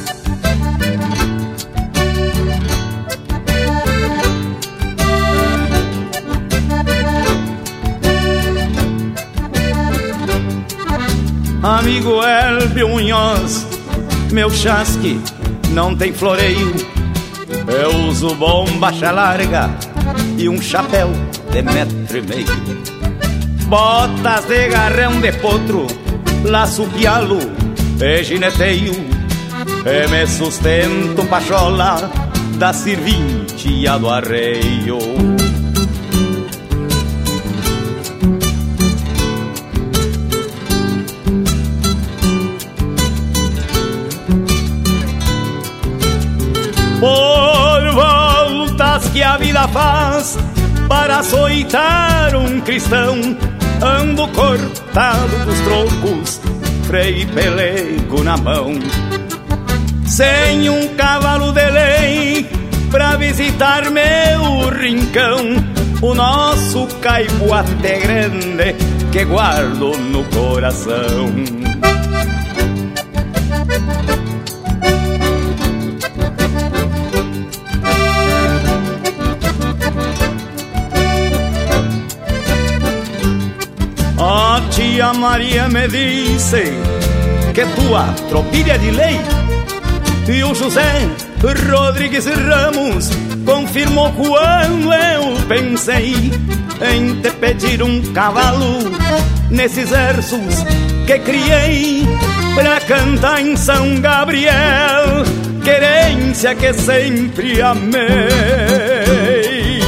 Amigo Elbio Munhoz, meu chasque não tem floreio. Eu uso bombacha larga e um chapéu de 1,5 m. Botas de garrão de potro, laço pialo e gineteio. E me sustento pachola da serventia do arreio. Por voltas que a vida faz para açoitar um cristão, ando cortado dos trocos, freio e pelego na mão. Sem um cavalo de lei pra visitar meu rincão, o nosso caipoate grande que guardo no coração. A tia Maria me disse que tua tropilha é de lei, e o José Rodrigues Ramos confirmou quando eu pensei em te pedir um cavalo nesses versos que criei pra cantar em São Gabriel, querência que sempre amei.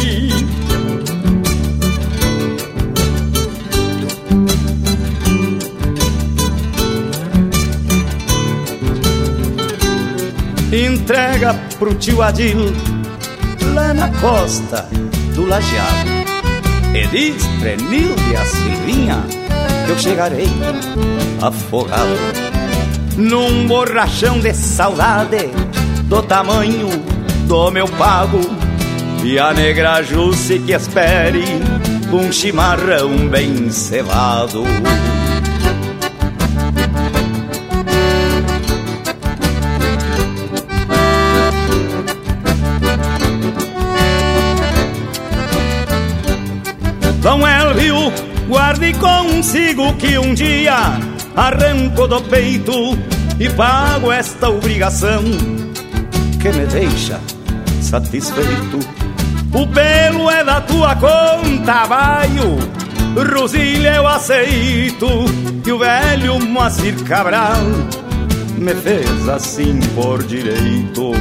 Entrega pro tio Adil lá na costa do Lajeado, e diz pra Nilde e a Silvinha que eu chegarei afogado num borrachão de saudade do tamanho do meu pago, e a negra Jusce que espere um chimarrão bem cevado. Dom Elvio, guarde consigo que um dia arranco do peito e pago esta obrigação que me deixa satisfeito. O pelo é da tua conta, baio, Rosilha eu aceito, e o velho Moacir Cabral me fez assim por direito.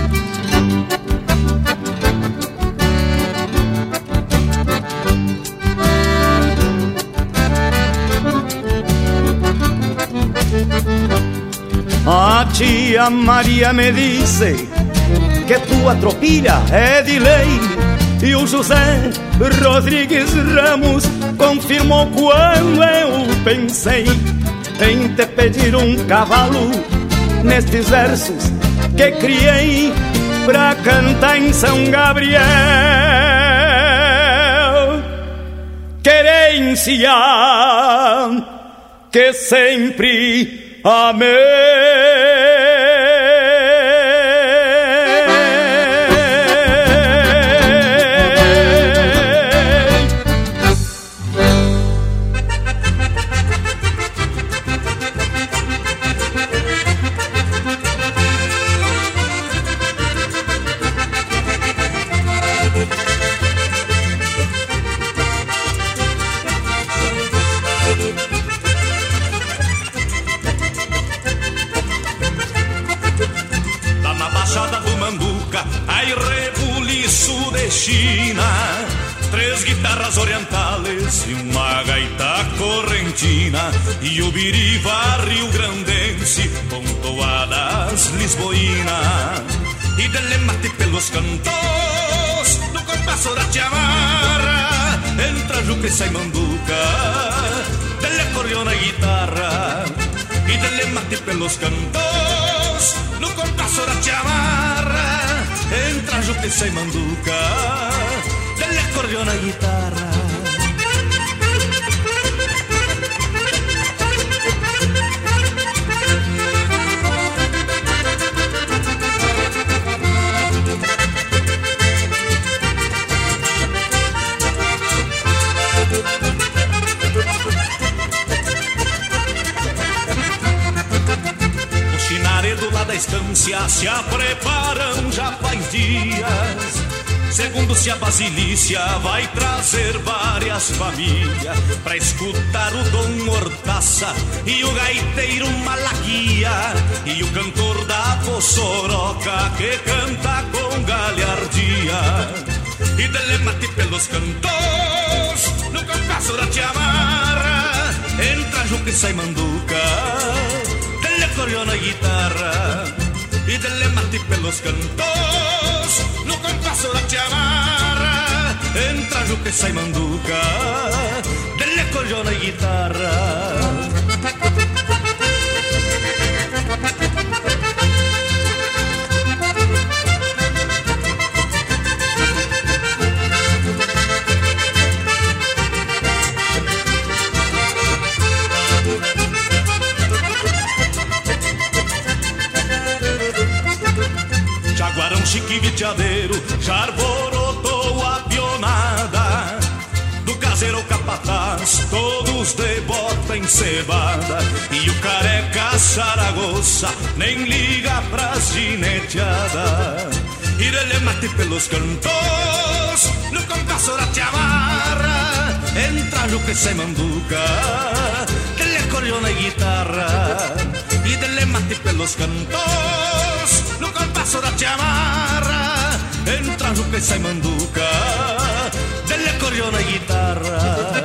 A tia Maria me disse que tua tropilha é de lei, e o José Rodrigues Ramos confirmou quando eu pensei em te pedir um cavalo nestes versos que criei pra cantar em São Gabriel. Querência que sempre amei. China, 3 guitarras orientales e uma gaita correntina, e o biriba rio-grandense com toadas lisboína, e dele mate pelos cantos no compasso da chamarra, entra juca e sai manduca, dele acordeona e guitarra, e dele mate pelos cantos no compasso da chamarra, entra juca e sai manduca, delle accordeona e guitarra. Os chinaredos lá da estância se preparam já faz dias, segundo se a Basilícia vai trazer várias famílias pra escutar o Dom Mortaça e o gaiteiro Malaquia e o cantor da Poçoroca que canta com galhardia, e dele mate pelos cantos no compasso da chamarra, entra juca e sai manduca, dele acordeona e guitarra, e dele mate pelos cantos no compasso da chamarra, entra juca e sai manduca, delle accordeona e guitarra. Jaguarão, chique, viteadeiro, já arborotou a pionada, do caseiro ao capataz, todos de bota encebada, e o careca Saragoça nem liga pras gineteadas, e dele mate pelos cantos no compasso da chamarra, entra juca e sai manduca, delle accordeona e guitarra, e delle mate pelos cantos no compasso da chamarra, entra juca e sai manduca, delle accordeona e guitarra.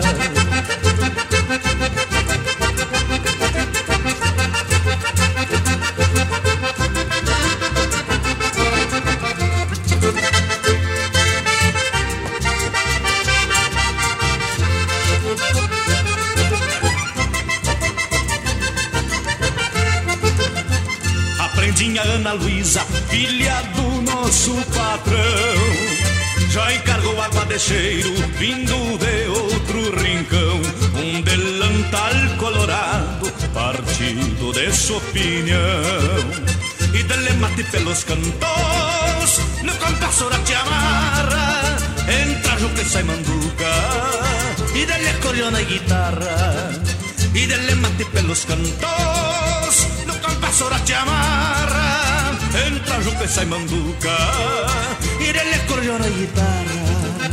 Prendinha Ana Luísa, filha do nosso patrão, já encargou água de cheiro, vindo de outro rincão, um delantal colorado, partido de sua opinião, e dele mate pelos cantos no compasso da chamarra, entra juca e sai manduca, e dele accordeona e guitarra, e dele mate pelos cantos no compasso da chamarra, entra juca e sai manduca, e dele accordeona e guitarra.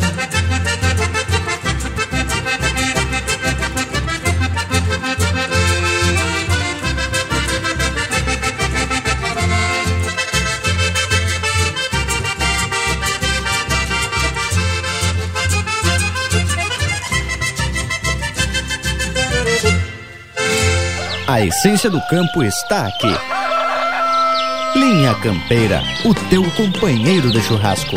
A essência do campo está aqui. Linha Campeira, o teu companheiro de churrasco.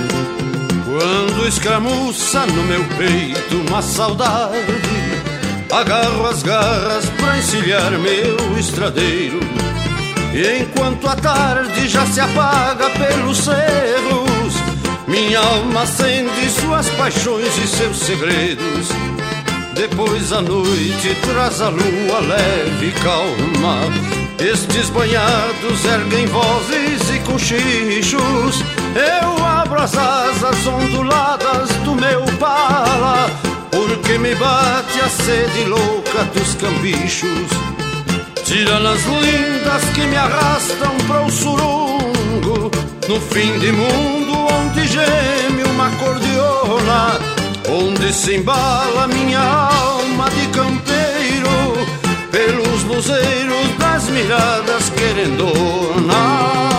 Quando escramuça no meu peito uma saudade, agarro as garras pra encilhar meu estradeiro. E enquanto a tarde já se apaga pelos cerros, minha alma acende suas paixões e seus segredos. Depois a noite traz a lua leve e calma. Estes banhados erguem vozes e cochichos. Eu abro as asas onduladas do meu pala, porque me bate a sede louca dos cambichos. Tiranas lindas que me arrastam para o surungo, no fim de mundo onde geme uma cordiona, onde se embala minha alma de campeiro, pelos luzeiros das miradas querendonas.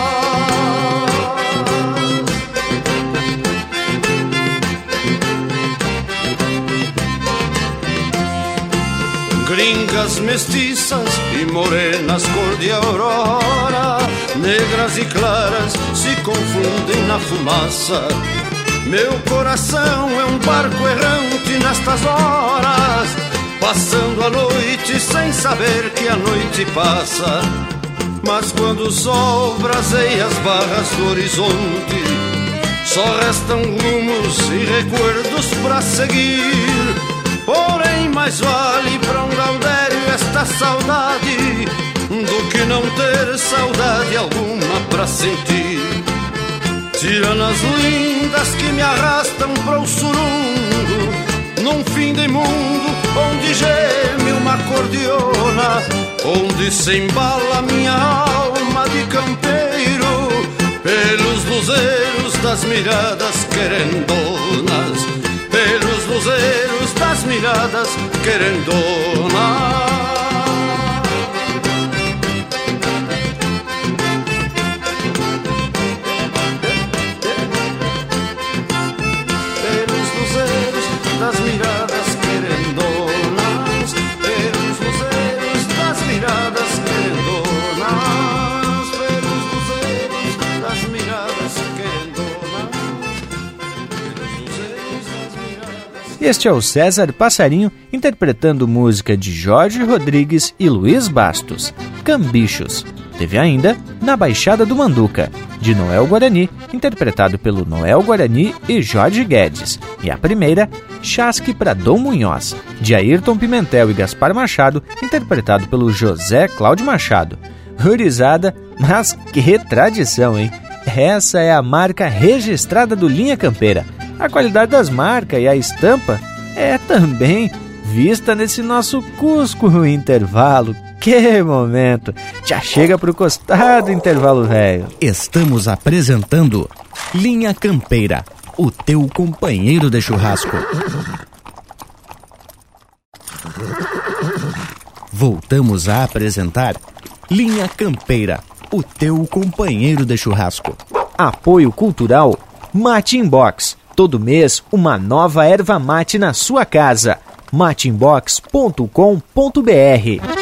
Gringas mestiças e morenas cor de aurora, negras e claras se confundem na fumaça. Meu coração é um barco errante nestas horas, passando a noite sem saber que a noite passa. Mas quando o sol braseia as barras do horizonte, só restam rumos e recuerdos pra seguir. Porém mais vale pra um gaudério esta saudade do que não ter saudade alguma pra sentir. Tiranas lindas que me arrastam para o surungo, num fim de mundo onde geme uma cordiona, onde se embala minha alma de campeiro, pelos luzeiros das miradas querendonas, pelos luzeiros das miradas querendonas. Das miradas querendonas, pelos luzeiros das miradas querendonas, pelos luzeiros das miradas querendonas, pelos luzeiros das miradas. Este é o César Passarinho interpretando música de Jorge Rodrigues e Luiz Bastos, Cambichos. Teve ainda Na Baixada do Manduca, de Noel Guarani, interpretado pelo Noel Guarani e Jorge Guedes. E a primeira, Chasque para Dom Munhoz, de Ayrton Pimentel e Gaspar Machado, interpretado pelo José Cláudio Machado. Rurizada, mas que tradição, hein? Essa é a marca registrada do Linha Campeira. A qualidade das marcas e a estampa é também vista nesse nosso Cusco Intervalo. Que momento! Já chega pro costado, intervalo velho. Estamos apresentando Linha Campeira, o teu companheiro de churrasco. Voltamos a apresentar Linha Campeira, o teu companheiro de churrasco. Apoio cultural Mate Inbox. Todo mês uma nova erva mate na sua casa. mateinbox.com.br.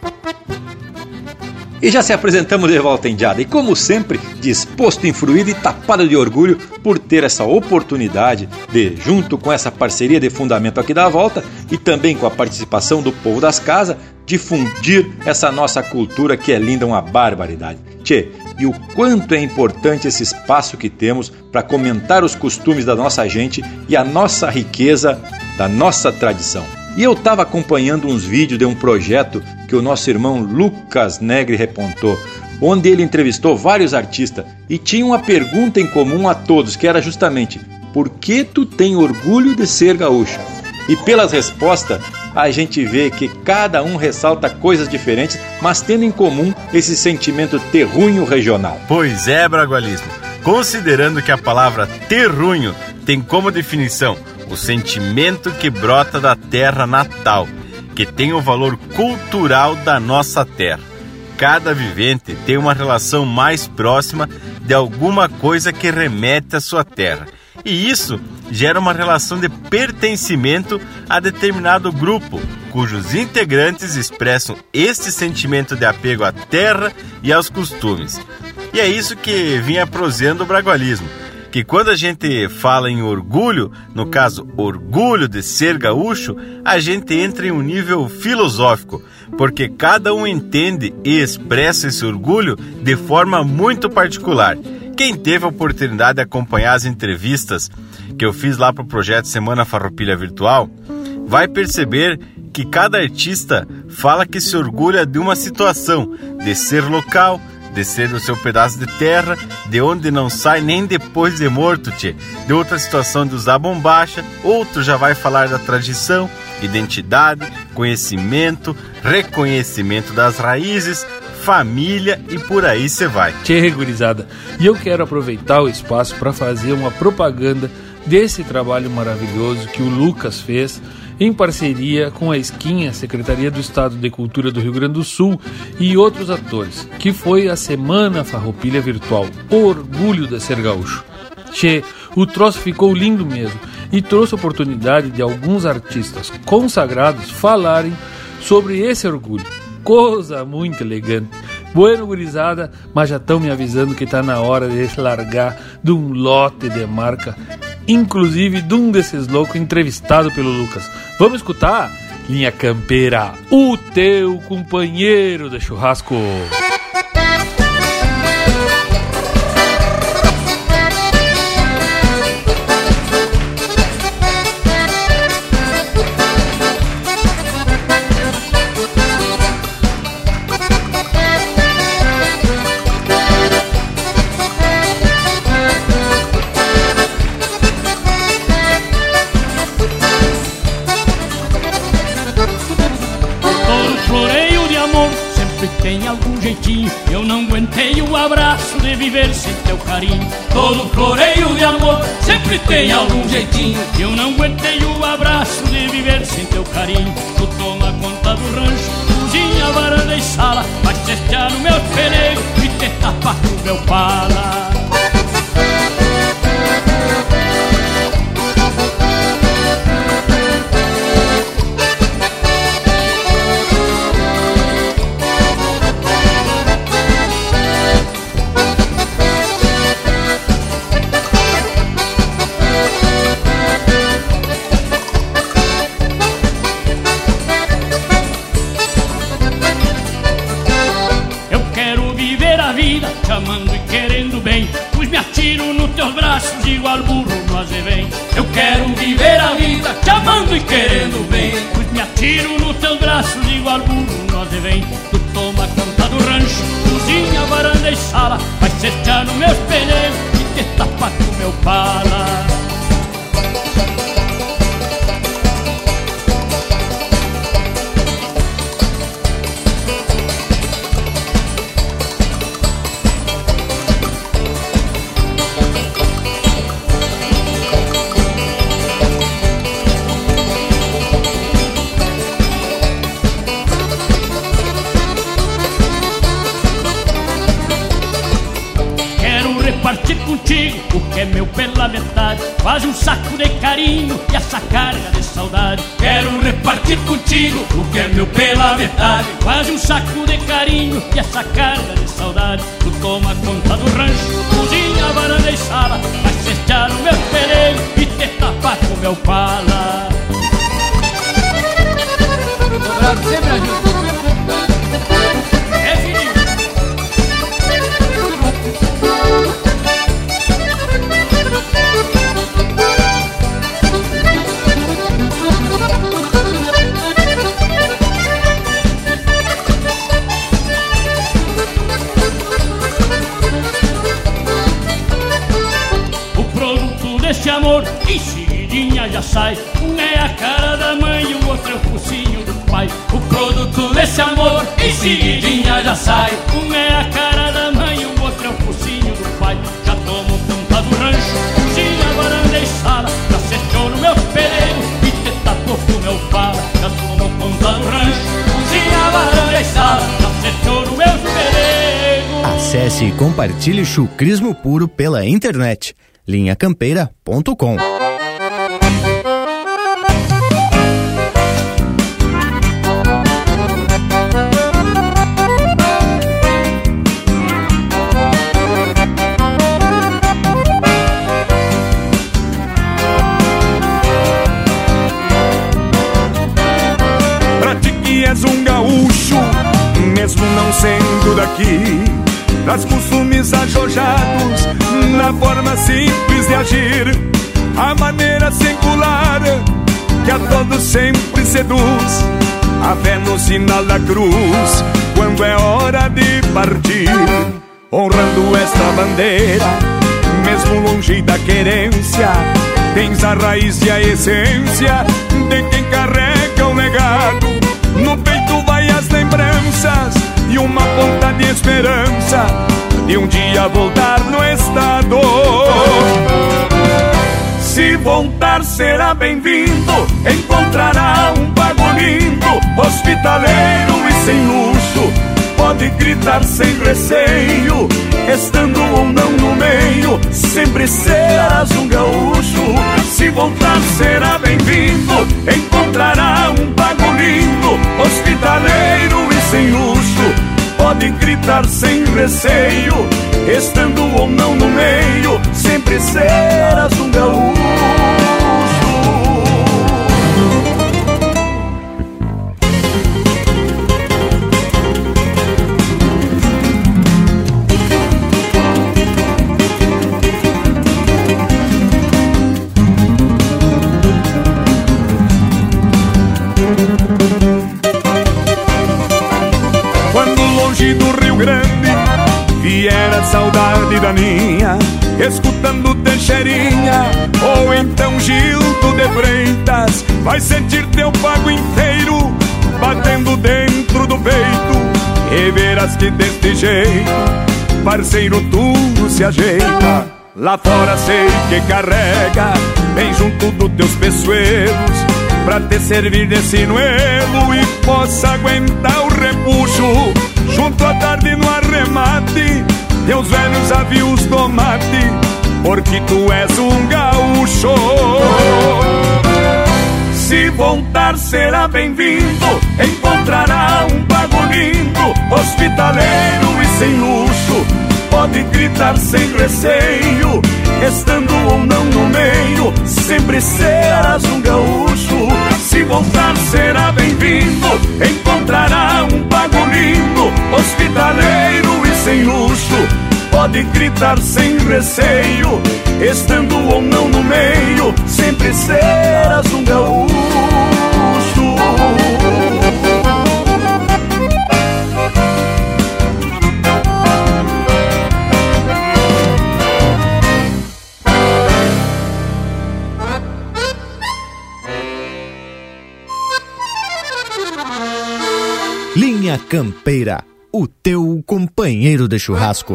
E já se apresentamos de volta em Diada, e como sempre, disposto, influído e tapado de orgulho por ter essa oportunidade de, junto com essa parceria de fundamento aqui da volta, e também com a participação do povo das casas, difundir essa nossa cultura que é linda, uma barbaridade. Tchê, e o quanto é importante esse espaço que temos para comentar os costumes da nossa gente e a nossa riqueza da nossa tradição. E eu estava acompanhando uns vídeos de um projeto que o nosso irmão Lucas Negri repontou, onde ele entrevistou vários artistas e tinha uma pergunta em comum a todos, que era justamente: por que tu tem orgulho de ser gaúcho? E pelas respostas, a gente vê que cada um ressalta coisas diferentes, mas tendo em comum esse sentimento terrunho regional. Pois é, Bragualismo. Considerando que a palavra terrunho tem como definição o sentimento que brota da terra natal, que tem o valor cultural da nossa terra. Cada vivente tem uma relação mais próxima de alguma coisa que remete à sua terra. E isso gera uma relação de pertencimento a determinado grupo, cujos integrantes expressam este sentimento de apego à terra e aos costumes. E é isso que vinha proseando o bragualismo. que quando a gente fala em orgulho, no caso, orgulho de ser gaúcho, a gente entra em um nível filosófico, porque cada um entende e expressa esse orgulho de forma muito particular. Quem teve a oportunidade de acompanhar as entrevistas que eu fiz lá para o projeto Semana Farroupilha Virtual, vai perceber que cada artista fala que se orgulha de uma situação, de ser local, de ser do seu pedaço de terra, de onde não sai nem depois de morto, tchê. De outra situação de usar bombacha, outro já vai falar da tradição, identidade, conhecimento, reconhecimento das raízes, família e por aí você vai. Tchê, gurizada, e eu quero aproveitar o espaço para fazer uma propaganda desse trabalho maravilhoso que o Lucas fez em parceria com a Esquinha, Secretaria do Estado de Cultura do Rio Grande do Sul e outros atores, que foi a Semana Farroupilha Virtual, o orgulho de ser gaúcho. Tchê, o troço ficou lindo mesmo e trouxe a oportunidade de alguns artistas consagrados falarem sobre esse orgulho. Coisa muito elegante. Bueno, gurizada, mas já estão me avisando que está na hora de largar de um lote de marca, inclusive de um desses loucos entrevistado pelo Lucas. Vamos escutar? Linha Campeira, o teu companheiro de churrasco. Tem algum jeitinho, eu não aguentei o abraço de viver sem teu carinho. Todo floreio de amor sempre tem algum jeitinho, eu não aguentei o abraço de viver sem teu carinho. Tu toma conta do rancho, cozinha, varanda e sala, vai cestear no meu pelego e te tapar com o meu pala. Chamando e querendo bem, pois me atiro nos teus braços igual burro no azevém. Eu quero viver a vida, chamando e querendo bem, pois me atiro nos teus braços igual burro no azevém. Tu toma conta do rancho, cozinha, varanda e sala, vai cestear no meu pelego e te tapar com o meu pala. Partir contigo o que é meu pela metade, quase um saco de carinho e essa carga de saudade. Quero repartir contigo o que é meu pela metade, quase um saco de carinho e essa carga de saudade. Tu toma conta do rancho, cozinha, varanda e sala, vai cestear o meu pelego e te tapar com o meu pala. Dobrado sempre ajuda. Esse amor em seguidinha já sai, um é a cara da mãe e o outro é o focinho do pai. O produto desse amor em seguidinha já sai, um é a cara da mãe e o outro é o focinho do pai. Já tomo conta do rancho, cozinha, varanda e sala, já cestou no meu pelego e te tapou com o meu pala. Já tomo conta do rancho, cozinha, varanda e sala, já cestou no meu pelego. Acesse e compartilhe chucrismo puro pela internet. linhacampeira.com. és um gaúcho, mesmo não sendo daqui. Traz costumes ajojados na forma simples de agir, a maneira singular que a todos sempre seduz, a fé no sinal da cruz quando é hora de partir. Honrando esta bandeira, mesmo longe da querência, tens a raiz e a essência de quem carrega o legado. No peito vai as lembranças e uma ponta de esperança de um dia voltar no estado. Se voltar será bem-vindo, encontrará um pago lindo, hospitaleiro e sem luxo, pode gritar sem receio, estando ou não no meio, sempre serás um gaúcho. Se voltar será bem-vindo, encontrará um pago lindo, hospitaleiro e sem luxo, pode gritar sem receio, estando ou não no meio, sempre serás um gaúcho. Do Rio Grande vier a saudade da ninha, escutando Teixeirinha ou então Gildo de Freitas, vai sentir teu pago inteiro batendo dentro do peito, e verás que deste jeito, parceiro, tudo se ajeita. Lá fora sei que carrega bem junto dos teus peçoelos, pra te servir de sinuelo e possa aguentar o repuxo. Junto à tarde no arremate, teus velhos avios tomate, porque tu és um gaúcho. Se voltar será bem-vindo, encontrará um pago lindo, hospitaleiro e sem luxo, pode gritar sem receio, estando ou não no meio, sempre serás um gaúcho. Se voltar será bem-vindo, encontrará um pago lindo, hospitaleiro e sem luxo, pode gritar sem receio, estando ou não no meio, sempre serás um gaúcho. Linha Campeira, o teu companheiro de churrasco.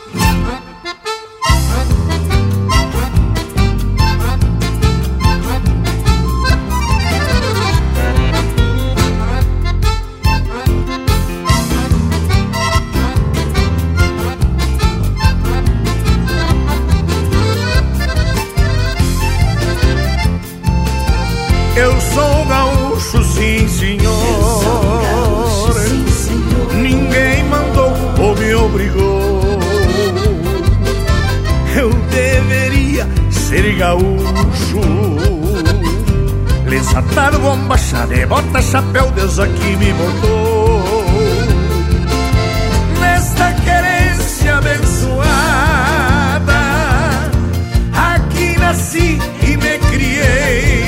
Eu sou gaúcho, sim senhor, ninguém mandou ou me obrigou. Eu deveria ser gaúcho, lesatado, bombacha de bota, chapéu, Deus aqui me botou. Nesta querência abençoada, aqui nasci e me criei.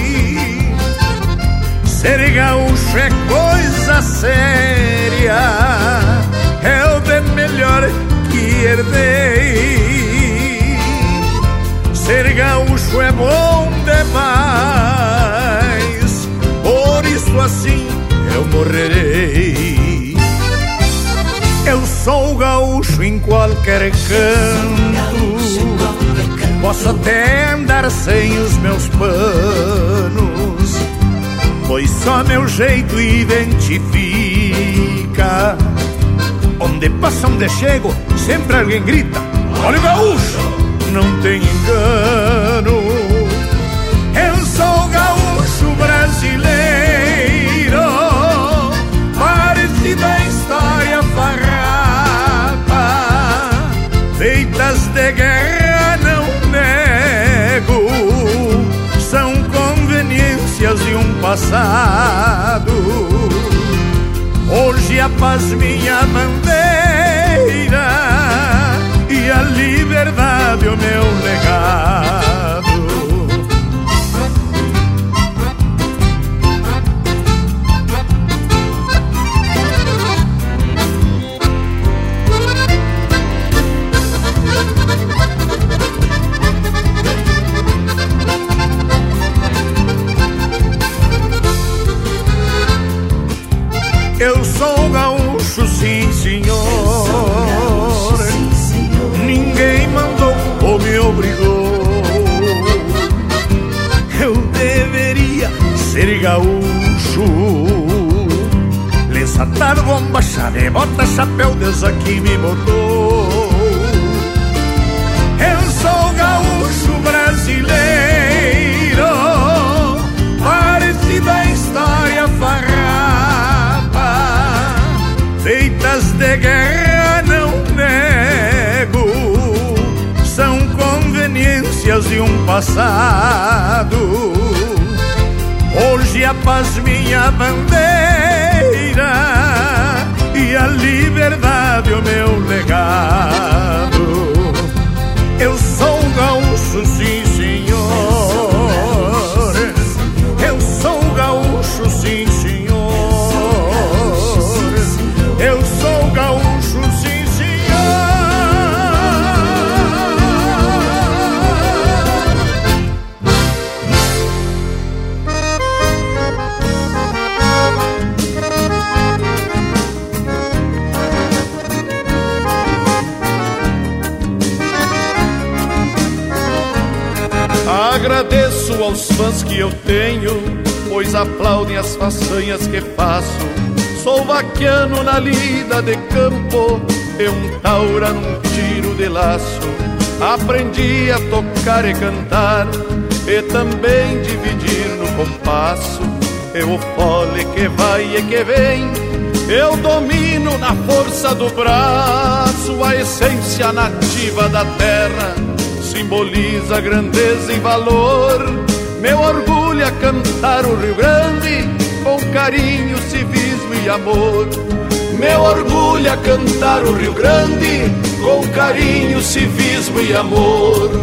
Ser gaúcho é coisa séria, é o bem melhor que herdei. Ser gaúcho é bom demais, por isso assim eu morrerei. Eu sou gaúcho em qualquer canto, posso até andar sem os meus panos, pois só meu jeito identifica. Onde passa, onde chego, sempre alguém grita: olha o gaúcho, não tem engano. Eu sou gaúcho brasileiro, parecido a história farrapa, feitas de guerra não nego, são conveniências de um passado. Hoje a paz minha bandeira e a liberdade o meu legado. Eu sou gaúcho, sim senhor. Ninguém mandou ou me obrigou. Eu deveria ser gaúcho. Lesatado, bomba, chave, bota, chapéu, Deus aqui me botou. Eu sou gaúcho brasileiro, parecido a história farrapa. Feitas de guerra não nego, são conveniências de um passado. Hoje a paz minha bandeira e a liberdade o meu legado. Eu sou gaúcho, sim senhor. Eu sou gaúcho, sim senhor. Eu sou gaúcho, sim senhor. Agradeço aos fãs que eu tenho, pois aplaudem as façanhas que faço. Sou vaquiano na lida de campo e um taura num tiro de laço. Aprendi a tocar e cantar e também dividir no compasso. E o fole que vai e que vem eu domino na força do braço. A essência nativa da terra simboliza grandeza e valor. Meu orgulho é cantar o Rio Grande com carinho, civismo e amor. Meu orgulho é cantar o Rio Grande com carinho, civismo e amor.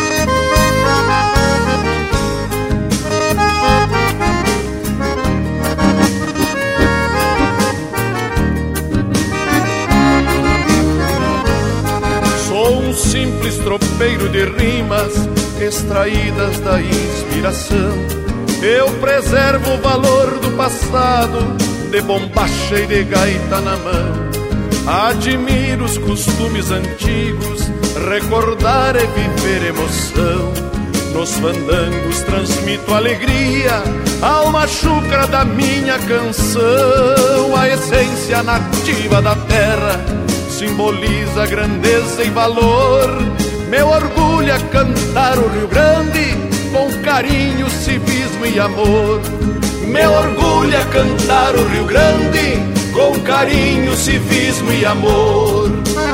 Sou um simples tropeiro de rimas extraídas da inspiração. Eu preservo o valor do passado, de bombacha e de gaita na mão. Admiro os costumes antigos, recordar é viver emoção. Nos fandangos transmito alegria, alma chucra da minha canção. A essência nativa da terra simboliza grandeza e valor. Meu orgulho é cantar o Rio Grande com carinho, civismo e amor. Meu orgulho é cantar o Rio Grande com carinho, civismo e amor.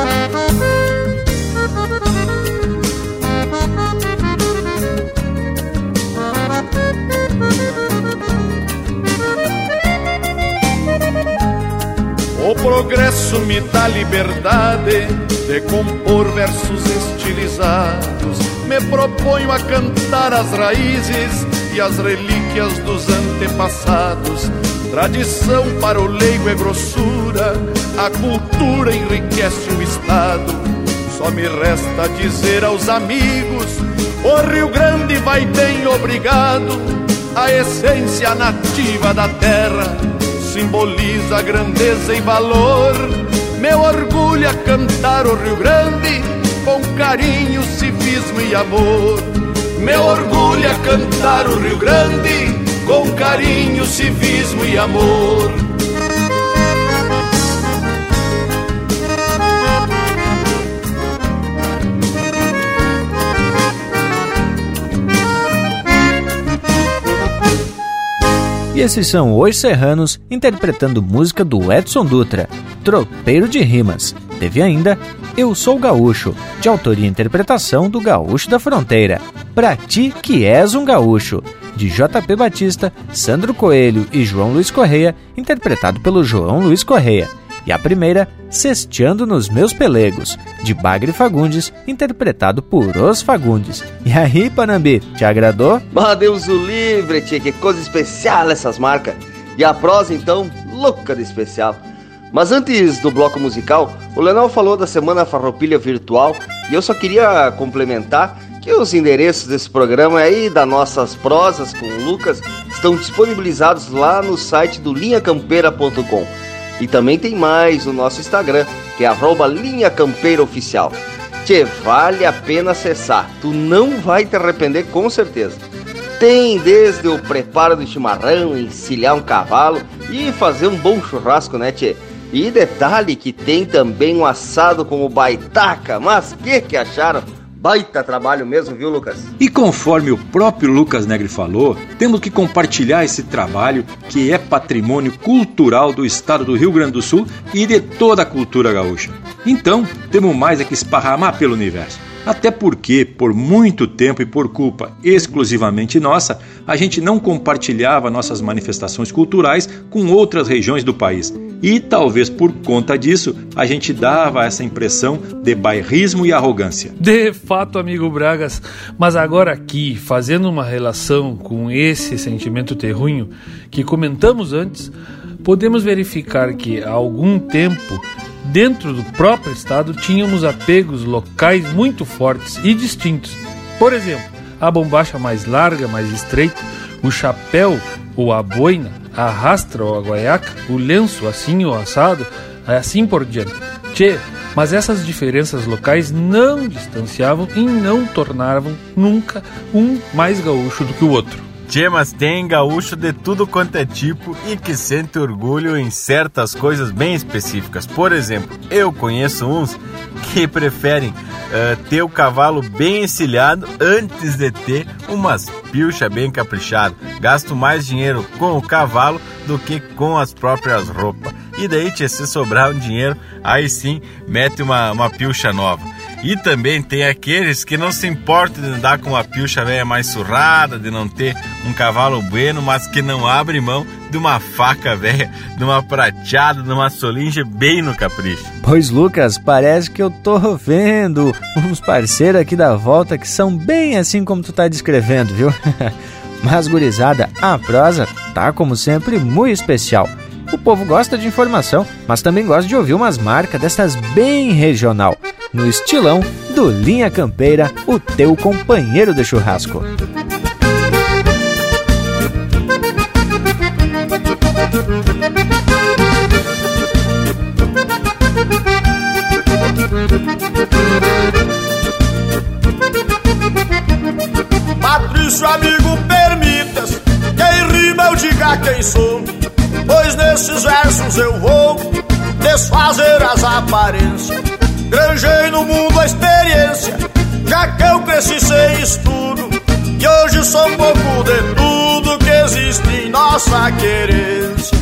O progresso me dá liberdade de compor versos estilizados. Me proponho a cantar as raízes e as relíquias dos antepassados. Tradição para o leigo é grossura, a cultura enriquece o estado. Só me resta dizer aos amigos, o Rio Grande vai bem obrigado. A essência nativa da terra simboliza grandeza e valor. Meu orgulho é cantar o Rio Grande com carinho, civismo e amor. Meu orgulho é cantar o Rio Grande com carinho, civismo e amor. E esses são Os Serranos interpretando música do Edson Dutra, Tropeiro de Rimas. Teve ainda Eu Sou Gaúcho, de autoria e interpretação do Gaúcho da Fronteira, Pra Ti Que És um Gaúcho. de JP Batista, Sandro Coelho e João Luiz Correia, interpretado pelo João Luiz Correia. E a primeira, Cesteando nos Meus Pelegos, de Bagre Fagundes, interpretado por Os Fagundes. E aí, Panambi, te agradou? Ah, Deus o livre, tia, que coisa especial essas marcas. E a prosa, então, louca de especial. Mas antes do bloco musical, o Leonel falou da Semana Farroupilha Virtual e eu só queria complementar que os endereços desse programa aí, das nossas prosas com o Lucas, estão disponibilizados lá no site do linhacampeira.com. E também tem mais no nosso Instagram, que é @linhacampeiraoficial. Tchê, vale a pena acessar, tu não vai te arrepender com certeza. Tem desde o preparo do chimarrão, encilhar um cavalo e fazer um bom churrasco, né, tchê? E detalhe que tem também um assado com o baitaca, mas que acharam? Baita trabalho mesmo, viu, Lucas? E conforme o próprio Lucas Negri falou, temos que compartilhar esse trabalho que é patrimônio cultural do estado do Rio Grande do Sul e de toda a cultura gaúcha. Então, temos mais é que esparramar pelo universo. Até porque, por muito tempo e por culpa exclusivamente nossa, a gente não compartilhava nossas manifestações culturais com outras regiões do país. E talvez por conta disso, a gente dava essa impressão de bairrismo e arrogância. De fato, amigo Bragas, mas agora aqui, fazendo uma relação com esse sentimento terrunho que comentamos antes, podemos verificar que há algum tempo, dentro do próprio estado, tínhamos apegos locais muito fortes e distintos. Por exemplo, a bombacha mais larga, mais estreita, o chapéu ou a boina, a rastra ou a guaiaca, o lenço assim ou assado, assim por diante. Tchê, mas essas diferenças locais não distanciavam e não tornavam nunca um mais gaúcho do que o outro. Tchê, mas tem gaúcho de tudo quanto é tipo e que sente orgulho em certas coisas bem específicas. Por exemplo, eu conheço uns que preferem ter o cavalo bem encilhado antes de ter umas pilcha bem caprichadas. Gasto mais dinheiro com o cavalo do que com as próprias roupas. E daí, tchê, se sobrar um dinheiro, aí sim mete uma pilcha nova. E também tem aqueles que não se importam de andar com uma pilcha velha mais surrada, de não ter um cavalo bueno, mas que não abre mão de uma faca velha, de uma prateada, de uma solinge bem no capricho. Pois, Lucas, parece que eu tô vendo uns parceiros aqui da volta que são bem assim como tu tá descrevendo, viu? Mas, gurizada, a prosa tá, como sempre, muito especial. O povo gosta de informação, mas também gosta de ouvir umas marcas dessas bem regional, no estilão do Linha Campeira, o teu companheiro de churrasco. Patrício, amigo, permitas que em rima eu diga quem sou, pois nesses versos eu vou desfazer as aparências. Granjei no mundo a experiência, já que eu cresci sem estudo, e hoje sou um pouco de tudo que existe em nossa querência.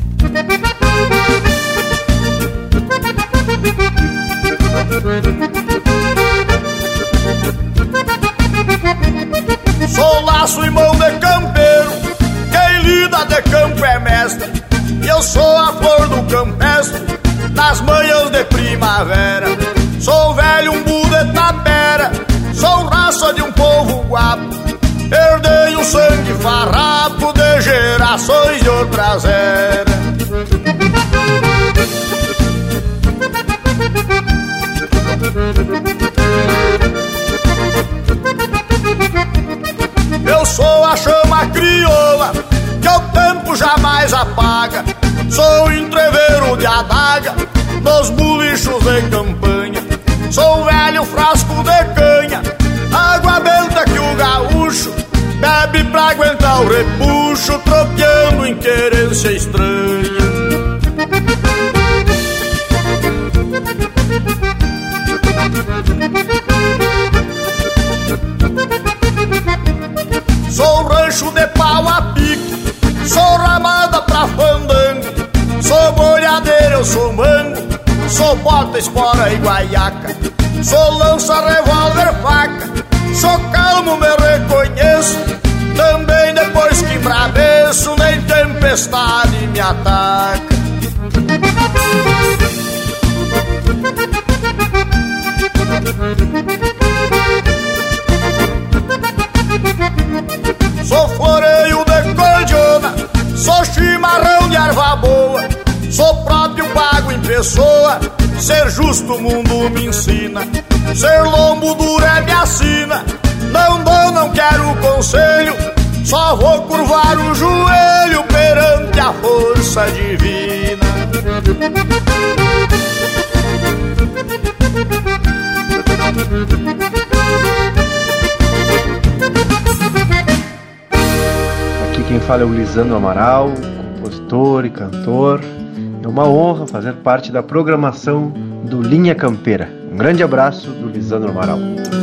Sou laço e mão de campeiro, quem lida de campo é mestre, e eu sou a flor do campestre nas manhãs de primavera. Sou velho umbu de tapera, sou raça de um povo guapo, herdei o sangue farrapo de gerações de outras eras. Eu sou a chama crioula que o tempo jamais apaga, sou entreveiro de adaga nos bulichos de campanha, sou velho frasco de canha, água benta que o gaúcho bebe pra aguentar o repuxo, tropeando em querência estranha. Sou rancho de pau a pique, sou ramada pra fandango, sou boiadeiro, eu sou mango, sou bota, espora e guaiaca, sou lança, revólver, faca, sou calmo, me reconheço, também depois que embraveço, nem tempestade me ataca. Sou floreio de cordiona, sou chimarrão de erva boa, sou próprio pago em pessoa, ser justo o mundo me ensina, ser lombo duro é minha sina, não dou, não quero conselho, só vou curvar o joelho perante a força divina. Aqui quem fala é o Lisandro Amaral, compositor e cantor. É uma honra fazer parte da programação do Linha Campeira. Um grande abraço do Lisandro Amaral.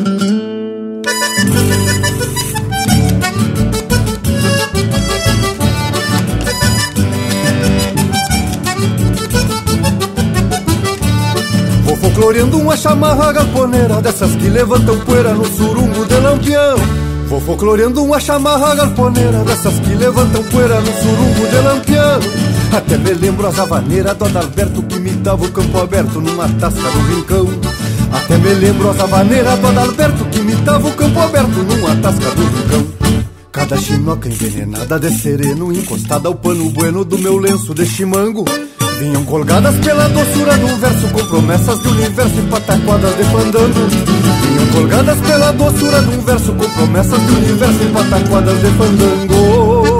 Vou folcloreando uma chamarra galponeira, dessas que levantam poeira no surungo de lampião. Vou folcloreando uma chamarra galponeira, dessas que levantam poeira no surungo de lampião. Até me lembro as havaneiras do Adalberto que imitava o campo aberto numa tasca do rincão. Até me lembro as havaneiras do Adalberto que imitava o campo aberto numa tasca do rincão. Cada chinoca envenenada de sereno, encostada ao pano bueno do meu lenço de chimango, vinham colgadas pela doçura do verso, com promessas de universo e pataquadas de fandango. Vinham colgadas pela doçura de um verso, com promessas de universo e pataquadas de fandango.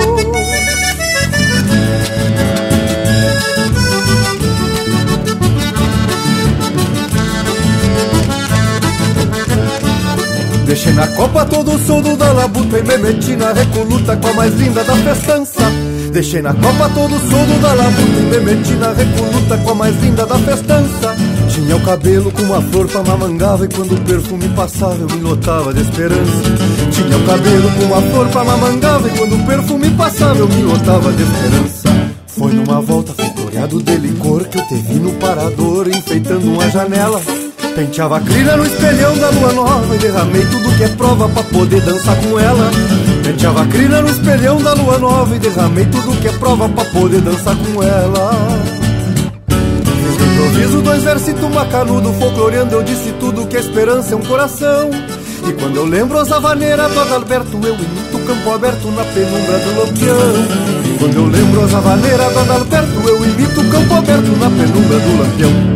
Deixei na copa todo o soldo da labuta e me meti na recoluta com a mais linda da festança. Deixei na copa todo o soldo da labuta e me meti na recoluta com a mais linda da festança. Tinha o cabelo com uma flor pra mamangava, e quando o perfume passava eu me lotava de esperança. Tinha o cabelo com uma flor pra mamangava, e quando o perfume passava eu me lotava de esperança. Foi numa volta floreado de licor que eu te vi no parador enfeitando uma janela. Penteava a crina no espelhão da lua nova e derramei tudo que é prova pra poder dançar com ela. Penteava a crina no espelhão da lua nova e derramei tudo que é prova pra poder dançar com ela. Fiz no improviso 2 versitos macanudo, folcloreando eu disse tudo que a esperança é um coração. E quando eu lembro as havaneiras do Adalberto, eu imito o campo aberto na penumbra do lampião. E quando eu lembro as havaneiras do Adalberto, eu imito o campo aberto na penumbra do lampião.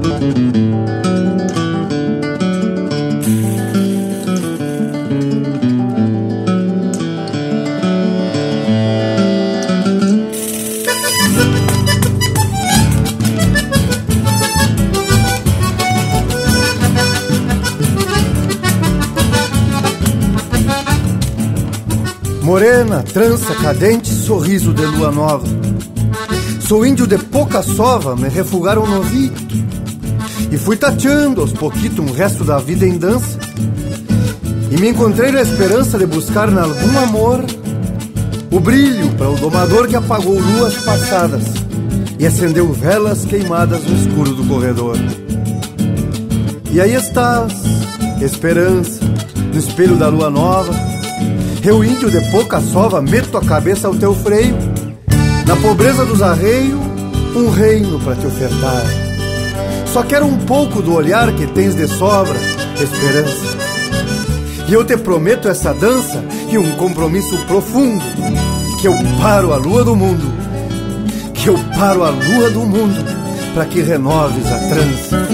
Morena, trança, cadente, sorriso de lua nova. Sou índio de pouca sova, me refugaram no ouvido. E fui tateando aos pouquitos um resto da vida em dança. E me encontrei na esperança de buscar em algum amor o brilho para o domador que apagou luas passadas e acendeu velas queimadas no escuro do corredor. E aí estás, esperança, no espelho da lua nova. Eu, índio de pouca sova, meto a cabeça ao teu freio. Na pobreza dos arreios, um reino pra te ofertar. Só quero um pouco do olhar que tens de sobra, esperança. E eu te prometo essa dança e um compromisso profundo, que eu paro a lua do mundo, que eu paro a lua do mundo, pra que renoves a trança.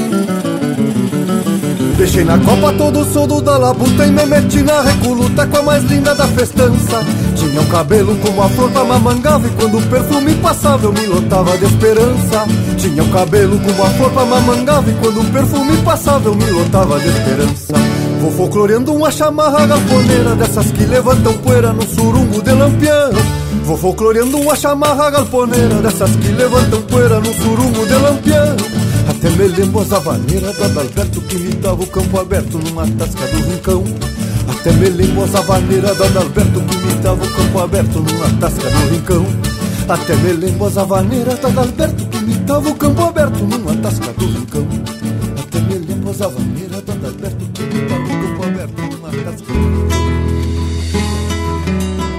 Deixei na copa todo o soldo da labuta e me meti na recoluta com a mais linda da festança. Tinha um cabelo como a flor da mamangava e quando o perfume passava eu me lotava de esperança. Tinha um cabelo como a flor da mamangava e quando o perfume passava eu me lotava de esperança. Vou folcloreando uma chamarra galponeira, dessas que levantam poeira no surungo de lampião. Vou folcloreando uma chamarra galponeira, dessas que levantam poeira no surungo de lampião. Até me lembro as havaneiras do Adalberto que imitava o campo aberto numa tasca do rincão. Até me lembro as havaneiras do Adalberto que imitava o campo aberto numa tasca do rincão. Até me lembro as havaneiras do Adalberto que imitava o campo aberto numa tasca do rincão. Até me lembro as havaneiras do Adalberto que imitava o campo aberto numa tasca do rincão.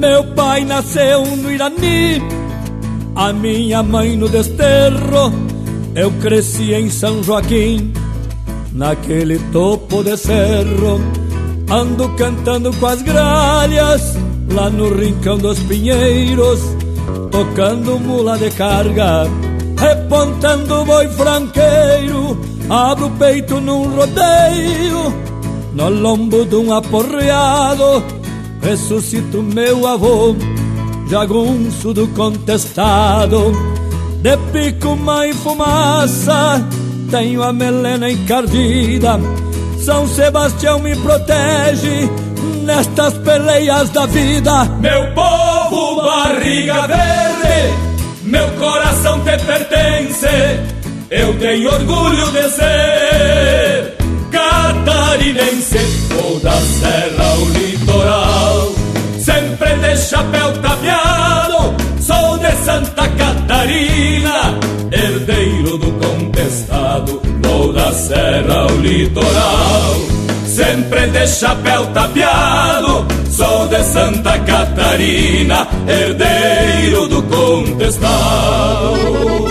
Meu pai nasceu no Irani, a minha mãe no Desterro. Eu cresci em São Joaquim, naquele topo de cerro. Ando cantando com as gralhas, lá no rincão dos pinheiros, tocando mula de carga, repontando boi franqueiro. Abro o peito num rodeio, no lombo de um aporreado, ressuscito meu avô, jagunço do contestado. De pico, mãe, fumaça, tenho a melena encardida. São Sebastião me protege nestas peleias da vida. Meu povo, barriga verde, meu coração te pertence. Eu tenho orgulho de ser catarinense. Ou da serra ao litoral, sempre de chapéu tapeado. Sou de Santa Catarina, herdeiro do contestado. Vou da serra ao litoral, sempre de chapéu tapeado. Sou de Santa Catarina, herdeiro do contestado.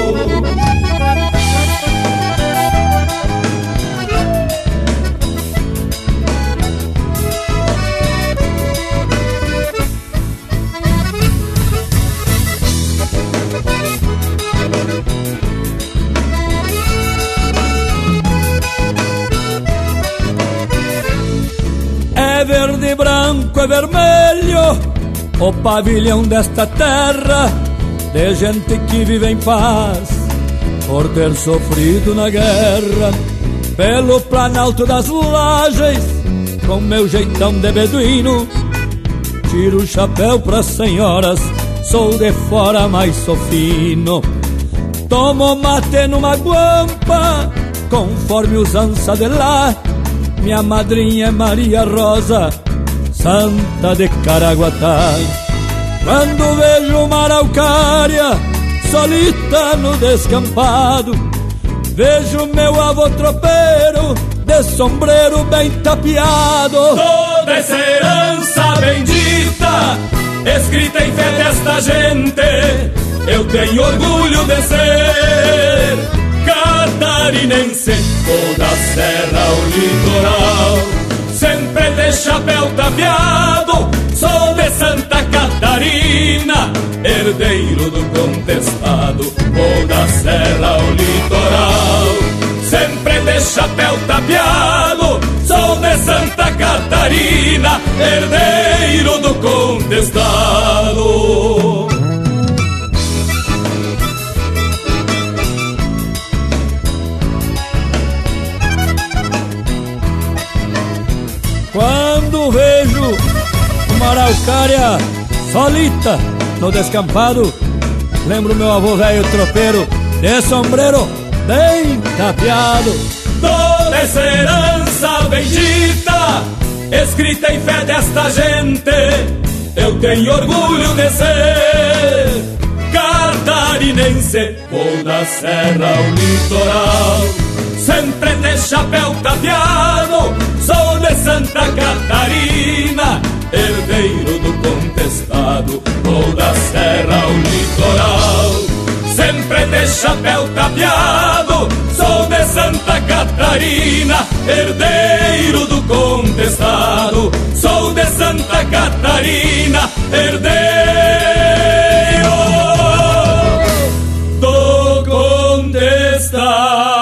É verde e branco, é vermelho o pavilhão desta terra, de gente que vive em paz por ter sofrido na guerra. Pelo planalto das lajes, com meu jeitão de beduíno, tiro o chapéu pras senhoras, sou de fora, mas sou fino. Tomo mate numa guampa, conforme usança de lá. Minha madrinha é Maria Rosa, santa de Caraguatá. Quando vejo uma araucária solita no descampado, vejo meu avô tropeiro de sombreiro bem tapeado. Toda essa herança bendita, escrita em fé desta gente, eu tenho orgulho de ser catarinense. Vou da serra ao litoral, sempre de chapéu tapeado. Sou de Santa Catarina, herdeiro do contestado. Vou da serra ao litoral, sempre de chapéu tapeado. Sou de Santa Catarina, herdeiro do contestado. Quando vejo uma araucária solita no descampado, lembro meu avô velho tropeiro de sombreiro bem tapeado. Toda essa herança bendita, escrita em fé desta gente, eu tenho orgulho de ser catarinense. Vou da serra ao litoral, sempre de chapéu tapeado. Sou de Santa Catarina, herdeiro do contestado. Vou da serra ao litoral, sempre de chapéu tapeado. Sou de Santa Catarina, herdeiro do contestado. Sou de Santa Catarina, herdeiro do contestado.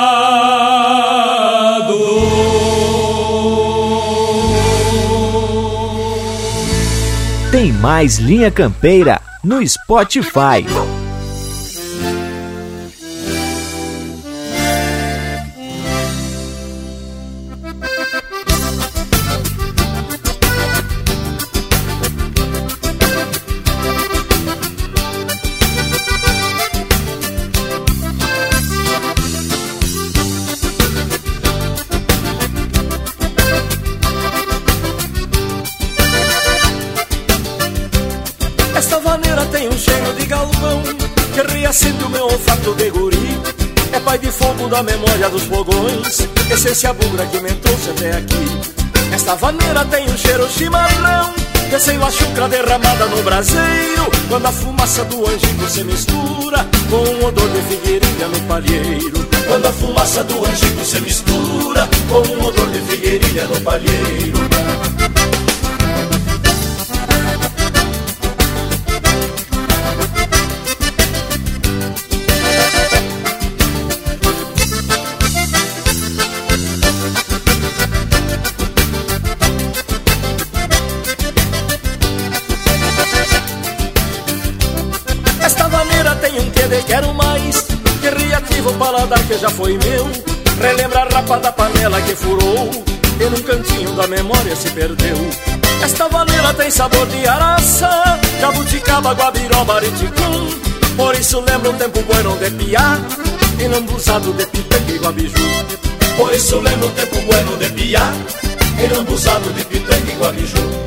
Tem mais Linha Campeira no Spotify. Esta vaneira tem um cheiro de galpão que reacende o meu olfato de guri. É pai de fogo da memória dos fogões, essência bugra que me trouxe até aqui. Esta vaneira tem um cheiro chimarrão descendo a chucra derramada no braseiro, quando a fumaça do angico se mistura com o odor de figueirinha no palheiro. Quando a fumaça do angico se mistura com o odor de figueirinha no palheiro. Quero mais, que reativa o paladar que já foi meu. Relembra a rapa da panela que furou e num cantinho da memória se perdeu. Esta vaneira tem sabor de araça, jabuticaba, guabiroba, ariticum. Por isso lembra um tempo bueno de piá e lambuzado de pitanga e guabiju. Por isso lembra um tempo bueno de piá e lambuzado de pitanga e guabiju.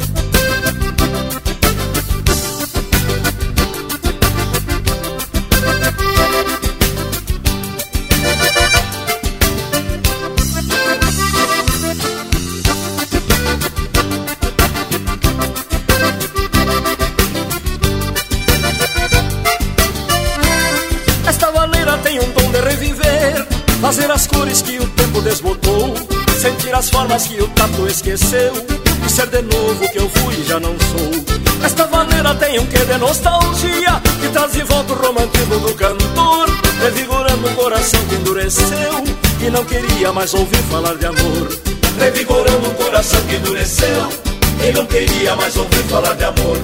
Fazer as cores que o tempo desbotou, sentir as formas que o tato esqueceu, e ser de novo que eu fui e já não sou. Esta vaneira tem um quê de nostalgia, que traz de volta o romantismo do cantor, revigorando um coração que endureceu e não queria mais ouvir falar de amor. Revigorando um coração que endureceu e não queria mais ouvir falar de amor.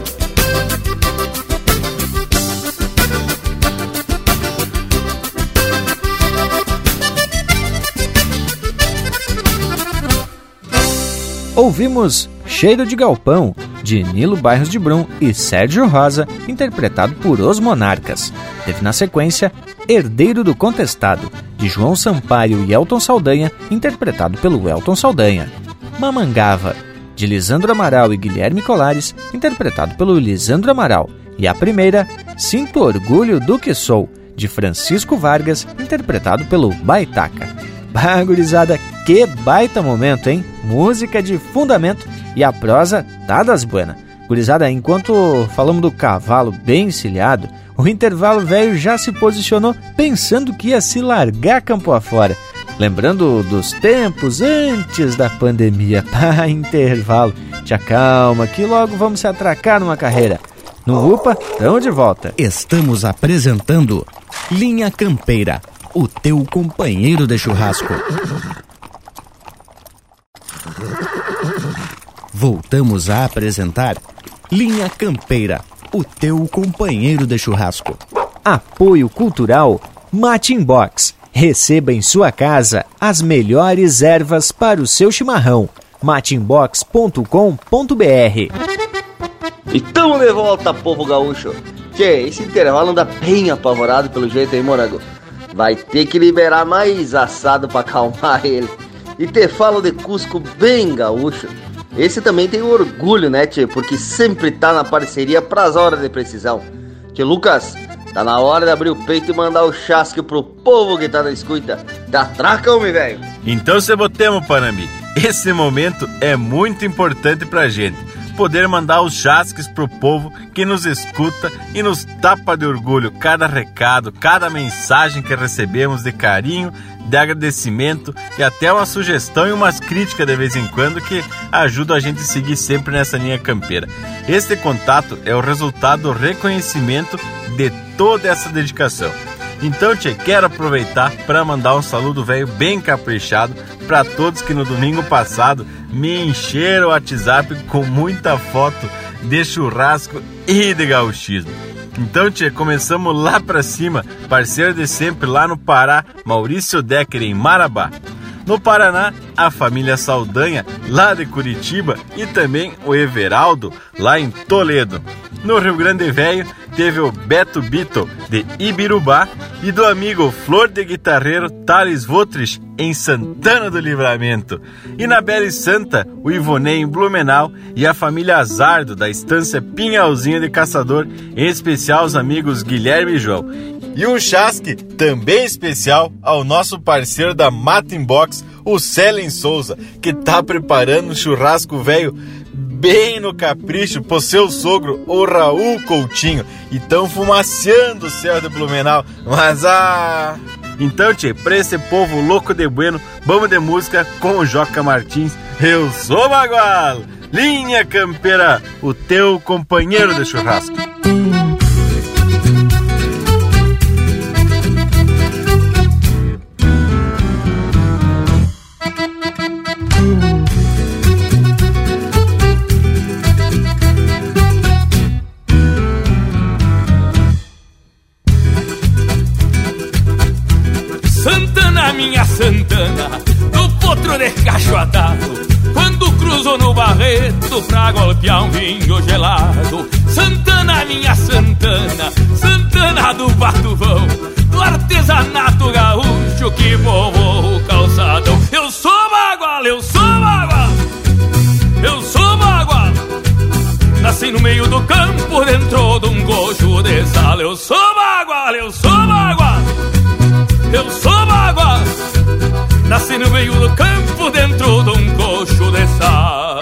Ouvimos Cheiro de Galpão, de Nilo Bairros de Brum e Sérgio Rosa, interpretado por Os Monarcas. Teve na sequência Herdeiro do Contestado, de João Sampaio e Elton Saldanha, interpretado pelo Elton Saldanha. Mamangava, de Lisandro Amaral e Guilherme Colares, interpretado pelo Lisandro Amaral. E a primeira, Sinto Orgulho do Que Sou, de Francisco Vargas, interpretado pelo Baitaca. Bah, gurizada, que baita momento, hein? Música de fundamento e a prosa tá das buenas. Gurizada, enquanto falamos do cavalo bem encilhado, o intervalo velho já se posicionou pensando que ia se largar campo afora. Lembrando dos tempos antes da pandemia. Pá, intervalo. Te acalma que logo vamos se atracar numa carreira. No UPA, tamo de volta. Estamos apresentando Linha Campeira, o teu companheiro de churrasco. Voltamos a apresentar Linha Campeira, o teu companheiro de churrasco. Apoio Cultural Matin Box. Receba em sua casa as melhores ervas para o seu chimarrão. matinbox.com.br. E tamo de volta, povo gaúcho. Tchê, esse intervalo anda bem apavorado pelo jeito aí, Morango. Vai ter que liberar mais assado pra acalmar ele. E te falo de Cusco bem gaúcho. Esse também tem orgulho, né, tchê? Porque sempre tá na parceria pras horas de precisão. Tchê Lucas, tá na hora de abrir o peito e mandar o chasque pro povo que tá na escuta. Dá traca, homem, velho. Então se botemos, Panambi. Esse momento é muito importante pra gente. Poder mandar os chasques pro povo que nos escuta e nos tapa de orgulho cada recado, cada mensagem que recebemos de carinho, de agradecimento e até uma sugestão e umas críticas de vez em quando que ajudam a gente a seguir sempre nessa linha campeira. Este contato é o resultado do reconhecimento de toda essa dedicação. Então, tchê, quero aproveitar para mandar um saludo velho bem caprichado para todos que no domingo passado me encheram o WhatsApp com muita foto de churrasco e de gauchismo. Então, tchê, começamos lá pra cima, parceiro de sempre lá no Pará, Maurício Decker em Marabá. No Paraná, a família Saldanha, lá de Curitiba, e também o Everaldo, lá em Toledo. No Rio Grande Velho, teve o Beto Bito, de Ibirubá, e do amigo Flor de Guitarreiro Thales Votrich, em Santana do Livramento. E na Bela e Santa, o Ivonei em Blumenau e a família Azardo, da estância Pinhalzinho de Caçador, em especial os amigos Guilherme e João. E um chasque também especial ao nosso parceiro da Matin Box, o Celen Souza, que tá preparando um churrasco velho bem no capricho pro seu sogro, o Raul Coutinho. E tão fumaciando o céu de Blumenau. Mas Então, tchê, pra esse povo louco de bueno, vamos de música com o Joca Martins. Eu sou Bagual, Linha Campeira, o teu companheiro de churrasco. Santana, minha Santana, do potro de cacho atado, quando cruzo no Barreto pra golpear um vinho gelado. Santana, minha Santana, Santana do Batuvão, do artesanato gaúcho que voou o calçadão. Eu sou Bagual, eu sou Bagual, eu sou Bagual. Nasci no meio do campo dentro de um cocho de sal. Eu sou Bagual, eu sou Bagual, eu sou Bagual. Nasci no meio do campo dentro de um cocho de sal.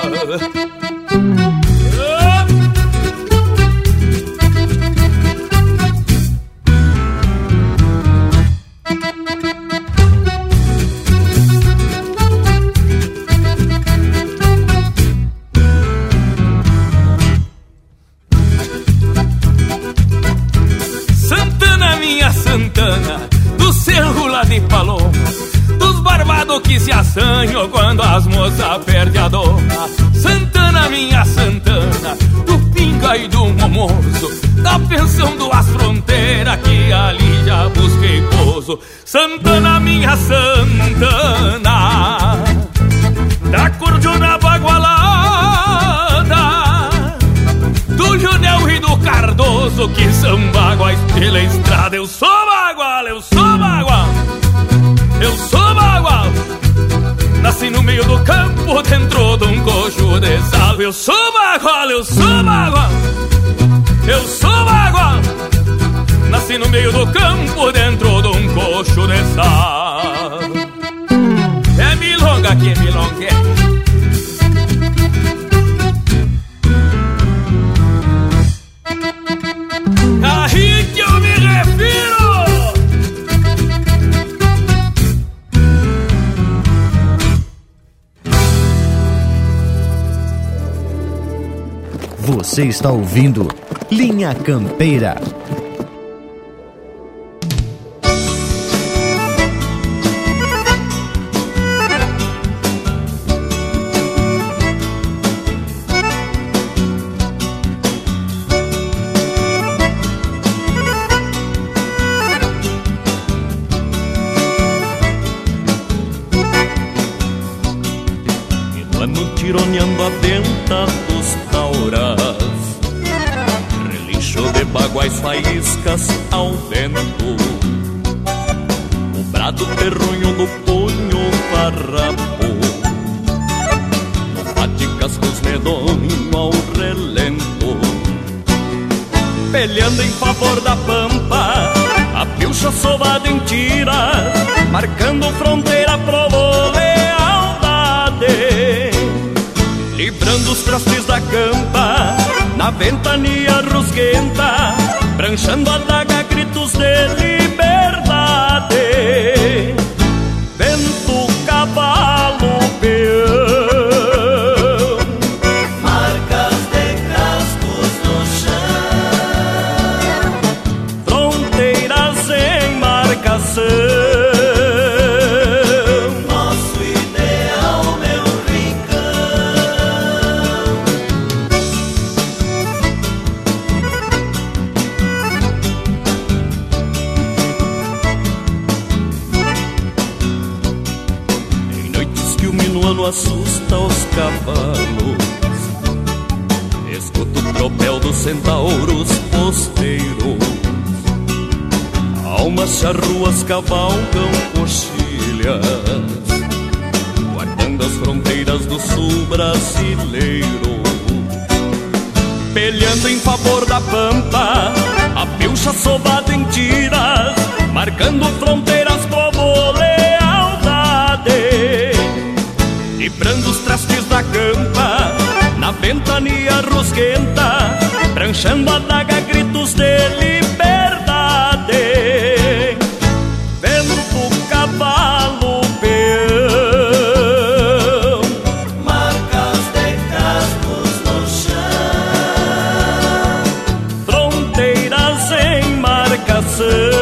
Santana, minha Santana, do cerro lá de Paloma, dos barbados que se assanham quando as moças perdem a doma. Santana, minha Santana, do pinga e do momoso, da pensão do As Fronteiras que ali já busquei pouso. Santana, minha Santana, da cordiona bagualada, do Junel e do Cardoso que são baguais pela estrada. Eu sou Bagual, eu sou Bagual, eu sou Bagual. Nasci no meio do campo dentro de um cocho de sal. Eu sou Bagual, eu sou Bagual, eu sou Bagual. Nasci no meio do campo dentro de um cocho de sal. É milonga que é milonga. Aí que eu me refiro. Você está ouvindo Linha Campeira. Tironeando a venta dos tauras, relincho de baguais faíscas ao vento, o brado terronho no punho farrapo, faticas com os medonhos ao relento, peleando em favor da pampa, a pilcha sovada em tiras, marcando fronteira pro lealdade. Livrando os trastes da campa, na ventania rusguenta, branchando a daga, gritos de liberdade. Vento, cavalo, peão, marcas de cascos no chão, fronteiras em marcação. Assusta os cavalos, escuto o tropel dos centauros posteiros, almas charruas cavalgam coxilhas, guardando as fronteiras do sul brasileiro, peleando em favor da pampa, a pilcha sovada em tiras, marcando fronteiras como lealdade. Librando os trastes da campa, na ventania rusguenta, pranchando a daga, gritos de liberdade. Vento, cavalo, peão, marcas de cascos no chão, fronteiras em marcação.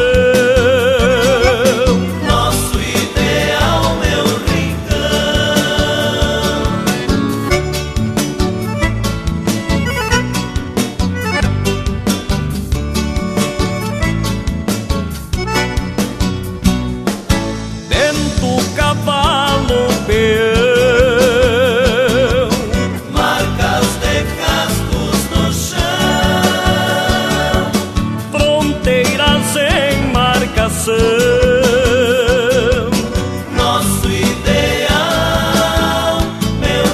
Nosso ideal, meu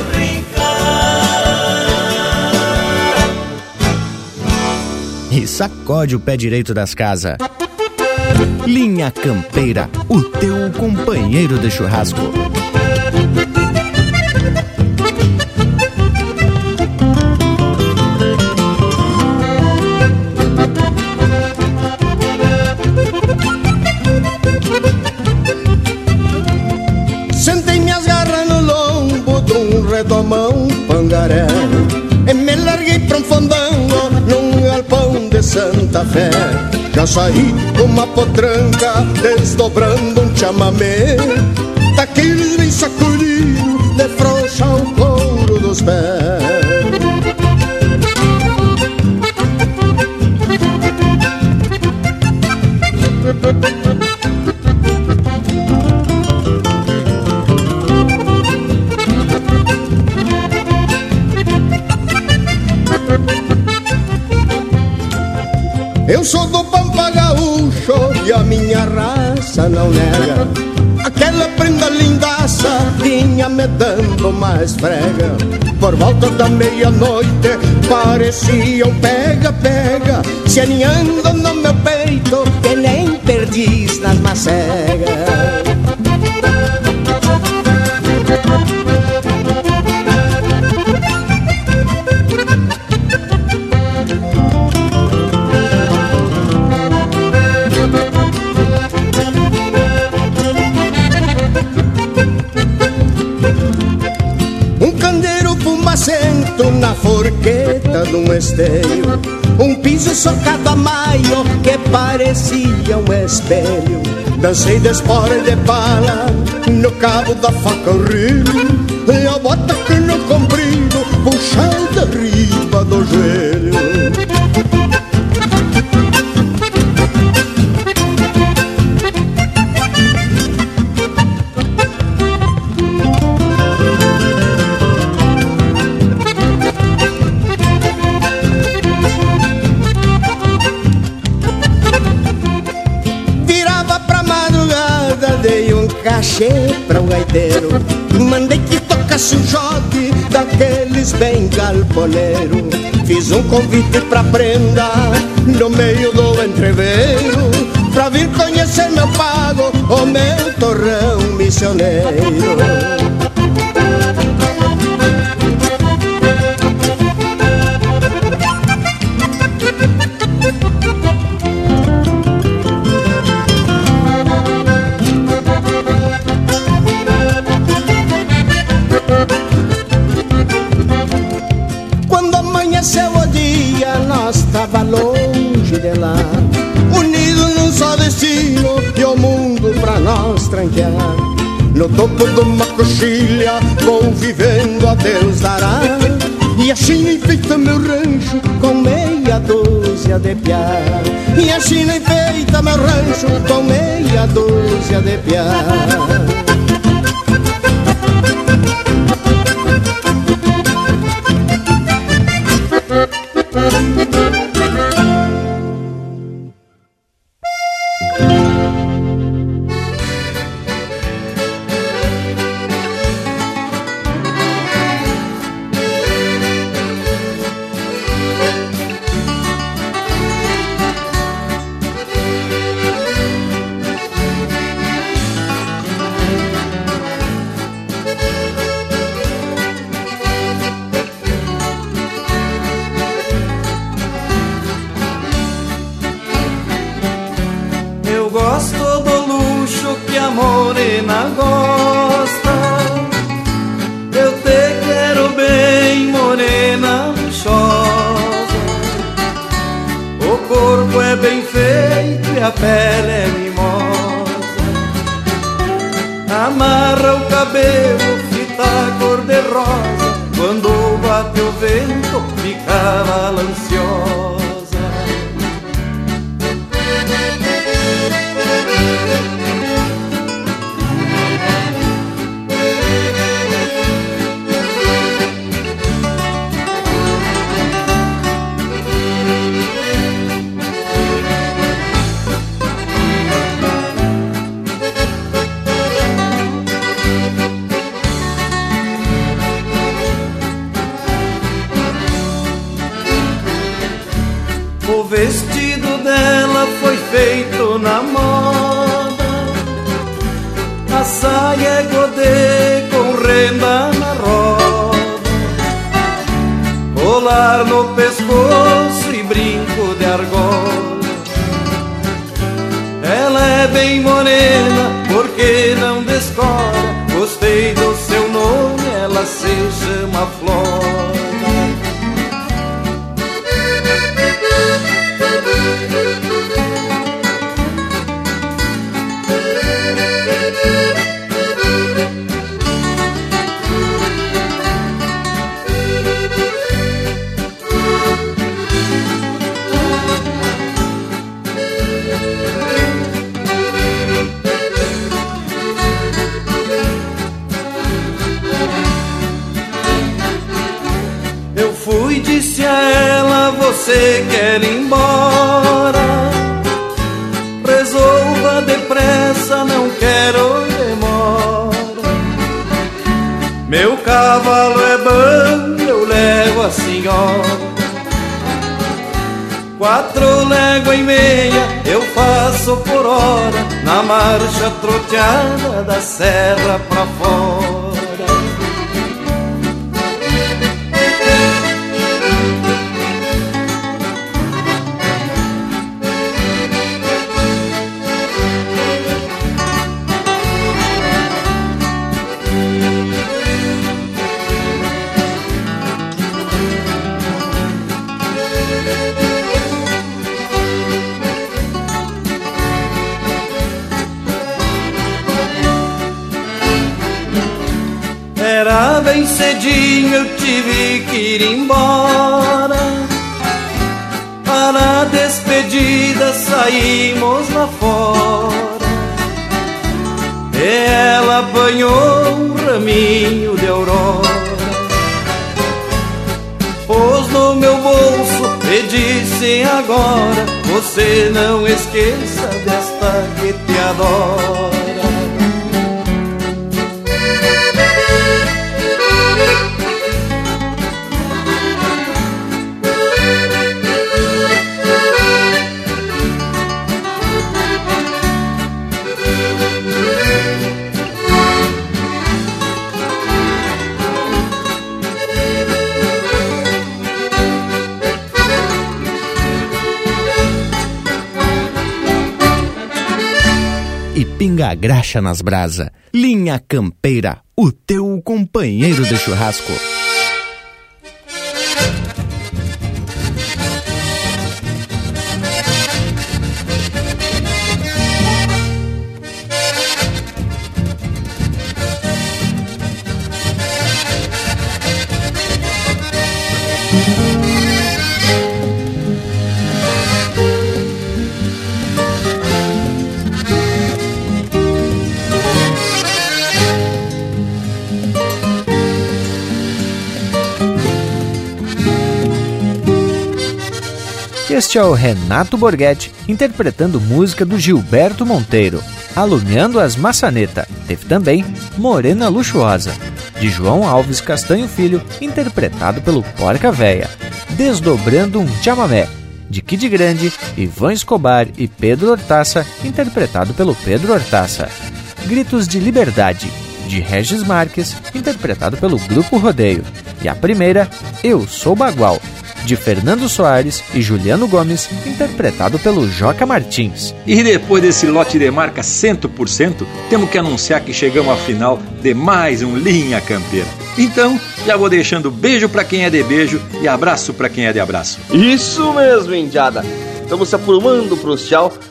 rincão. E sacode o pé direito das casas. Linha Campeira, o teu companheiro de churrasco. Sentei minhas garras no lombo de um redomão pangaré e me larguei pra um fandango num galpão de Santa Fé. Já saí com uma potranca desdobrando um chamamé, daqueles bem sacudido de frouxa o couro dos pés. Eu sou do Pampa Gaúcho e a minha raça não nega. Aquela prenda lindaça vinha me dando mais frega. Por volta da meia-noite parecia um pega-pega, se aninhando no meu peito que nem perdiz nas macegas. Na forqueta de um esteio, um piso socado a maio que parecia um espelho. Dancei de espora e de pala no cabo da faca o rio, e a bota que no comprido puxada arriba do joelho. Cachê pra um gaiteiro, mandei que tocasse um jogue daqueles bem galponeiro. Fiz um convite pra prenda no meio do entreveiro, pra vir conhecer meu pago, o meu torrão missioneiro. Estava longe de lá, unido num só destino e o mundo pra nós tranquear. No topo de uma coxilha, convivendo a Deus dará, e assim enfeita meu rancho com meia dúzia de piá. E assim enfeita meu rancho com meia dúzia de piá. água teu vento ficava lanciosa. O vestido dela foi feito na moda, a saia é godê com renda na roda, colar no pescoço e brinco de argola. Ela é bem morena, porque não descora, gostei do seu nome, ela se chama Flora. Disse a ela, você quer ir embora, resolva depressa, não quero demora. Meu cavalo é bom, eu levo a senhora. 4 léguas e meia eu faço por hora, na marcha troteada da serra pra fora. Era bem cedinho, eu tive que ir embora. Para a despedida saímos lá fora, e ela apanhou um raminho de aurora, pôs no meu bolso e disse agora, você não esqueça desta que te adora. E pinga graxa nas brasa. Linha Campeira, o teu companheiro de churrasco. Este é o Renato Borghetti interpretando música do Gilberto Monteiro, Alumiando as Maçaneta. Teve também Morena Luxuosa, de João Alves Castanho Filho, interpretado pelo Porca Véia. Desdobrando um Chamamé, de Kid Grande, Ivan Escobar e Pedro Hortaça, interpretado pelo Pedro Hortaça. Gritos de Liberdade, de Regis Marques, interpretado pelo Grupo Rodeio. E a primeira, Eu Sou Bagual, de Fernando Soares e Juliano Gomes, interpretado pelo Joca Martins. E depois desse lote de marca 100%, temos que anunciar que chegamos à final de mais um Linha Campeira. Então, já vou deixando beijo para quem é de beijo e abraço para quem é de abraço. Isso mesmo, indiada. Estamos se aprumando pro tchau,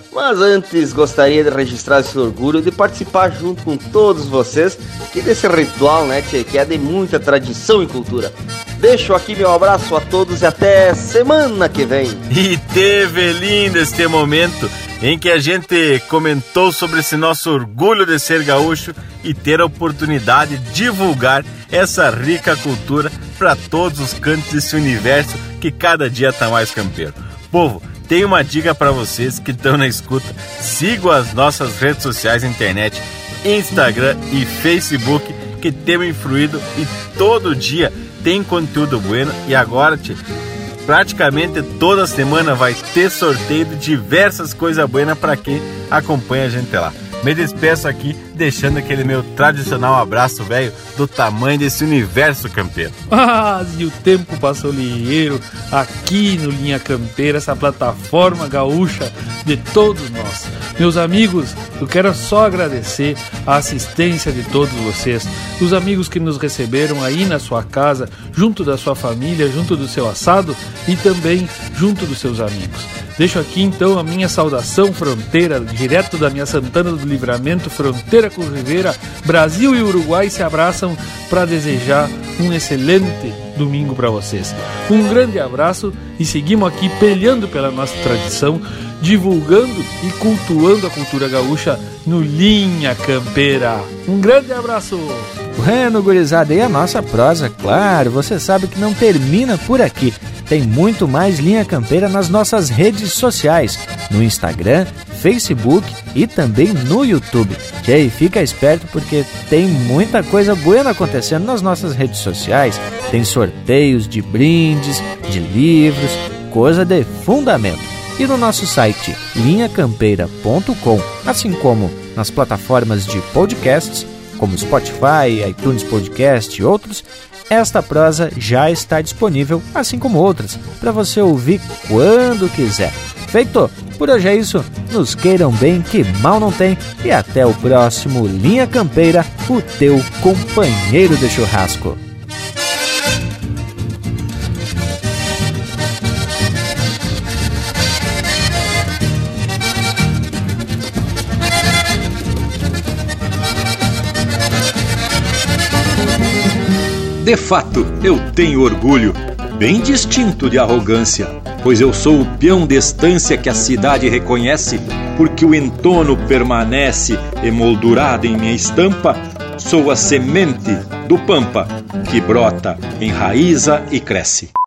Mas antes gostaria de registrar esse orgulho de participar junto com todos vocês que desse ritual, né, tchê, que é de muita tradição e cultura. Deixo aqui meu abraço a todos e até semana que vem. E teve lindo este momento em que a gente comentou sobre esse nosso orgulho de ser gaúcho e ter a oportunidade de divulgar essa rica cultura para todos os cantos desse universo que cada dia está mais campeiro. Povo, tem uma dica para vocês que estão na escuta: sigam as nossas redes sociais na internet, Instagram e Facebook, que temos influído e todo dia tem conteúdo bueno. E agora, praticamente toda semana vai ter sorteio de diversas coisas buenas para quem acompanha a gente lá. Me despeço aqui, deixando aquele meu tradicional abraço, velho, do tamanho desse universo campeiro. E o tempo passou ligeiro aqui no Linha Campeira, essa plataforma gaúcha de todos nós. Meus amigos, eu quero só agradecer a assistência de todos vocês, os amigos que nos receberam aí na sua casa, junto da sua família, junto do seu assado e também junto dos seus amigos. Deixo aqui então a minha saudação fronteira, direto da minha Santana do Livramento, fronteira com Rivera. Brasil e Uruguai se abraçam para desejar um excelente domingo para vocês. Um grande abraço e seguimos aqui peleando pela nossa tradição, divulgando e cultuando a cultura gaúcha no Linha Campeira. Um grande abraço! Bueno, gurizada, e a nossa prosa, claro, você sabe que não termina por aqui. Tem muito mais Linha Campeira nas nossas redes sociais, no Instagram, Facebook e também no YouTube. E aí, fica esperto porque tem muita coisa boa acontecendo nas nossas redes sociais. Tem sorteios de brindes, de livros, coisa de fundamento. E no nosso site linhacampeira.com, assim como nas plataformas de podcasts, como Spotify, iTunes Podcast e outros, esta prosa já está disponível, assim como outras, para você ouvir quando quiser. Feito? Por hoje é isso. Nos queiram bem, que mal não tem. E até o próximo Linha Campeira, o teu companheiro de churrasco. De fato, eu tenho orgulho, bem distinto de arrogância, pois eu sou o peão de estância que a cidade reconhece, porque o entono permanece emoldurado em minha estampa. Sou a semente do pampa, que brota, enraiza e cresce.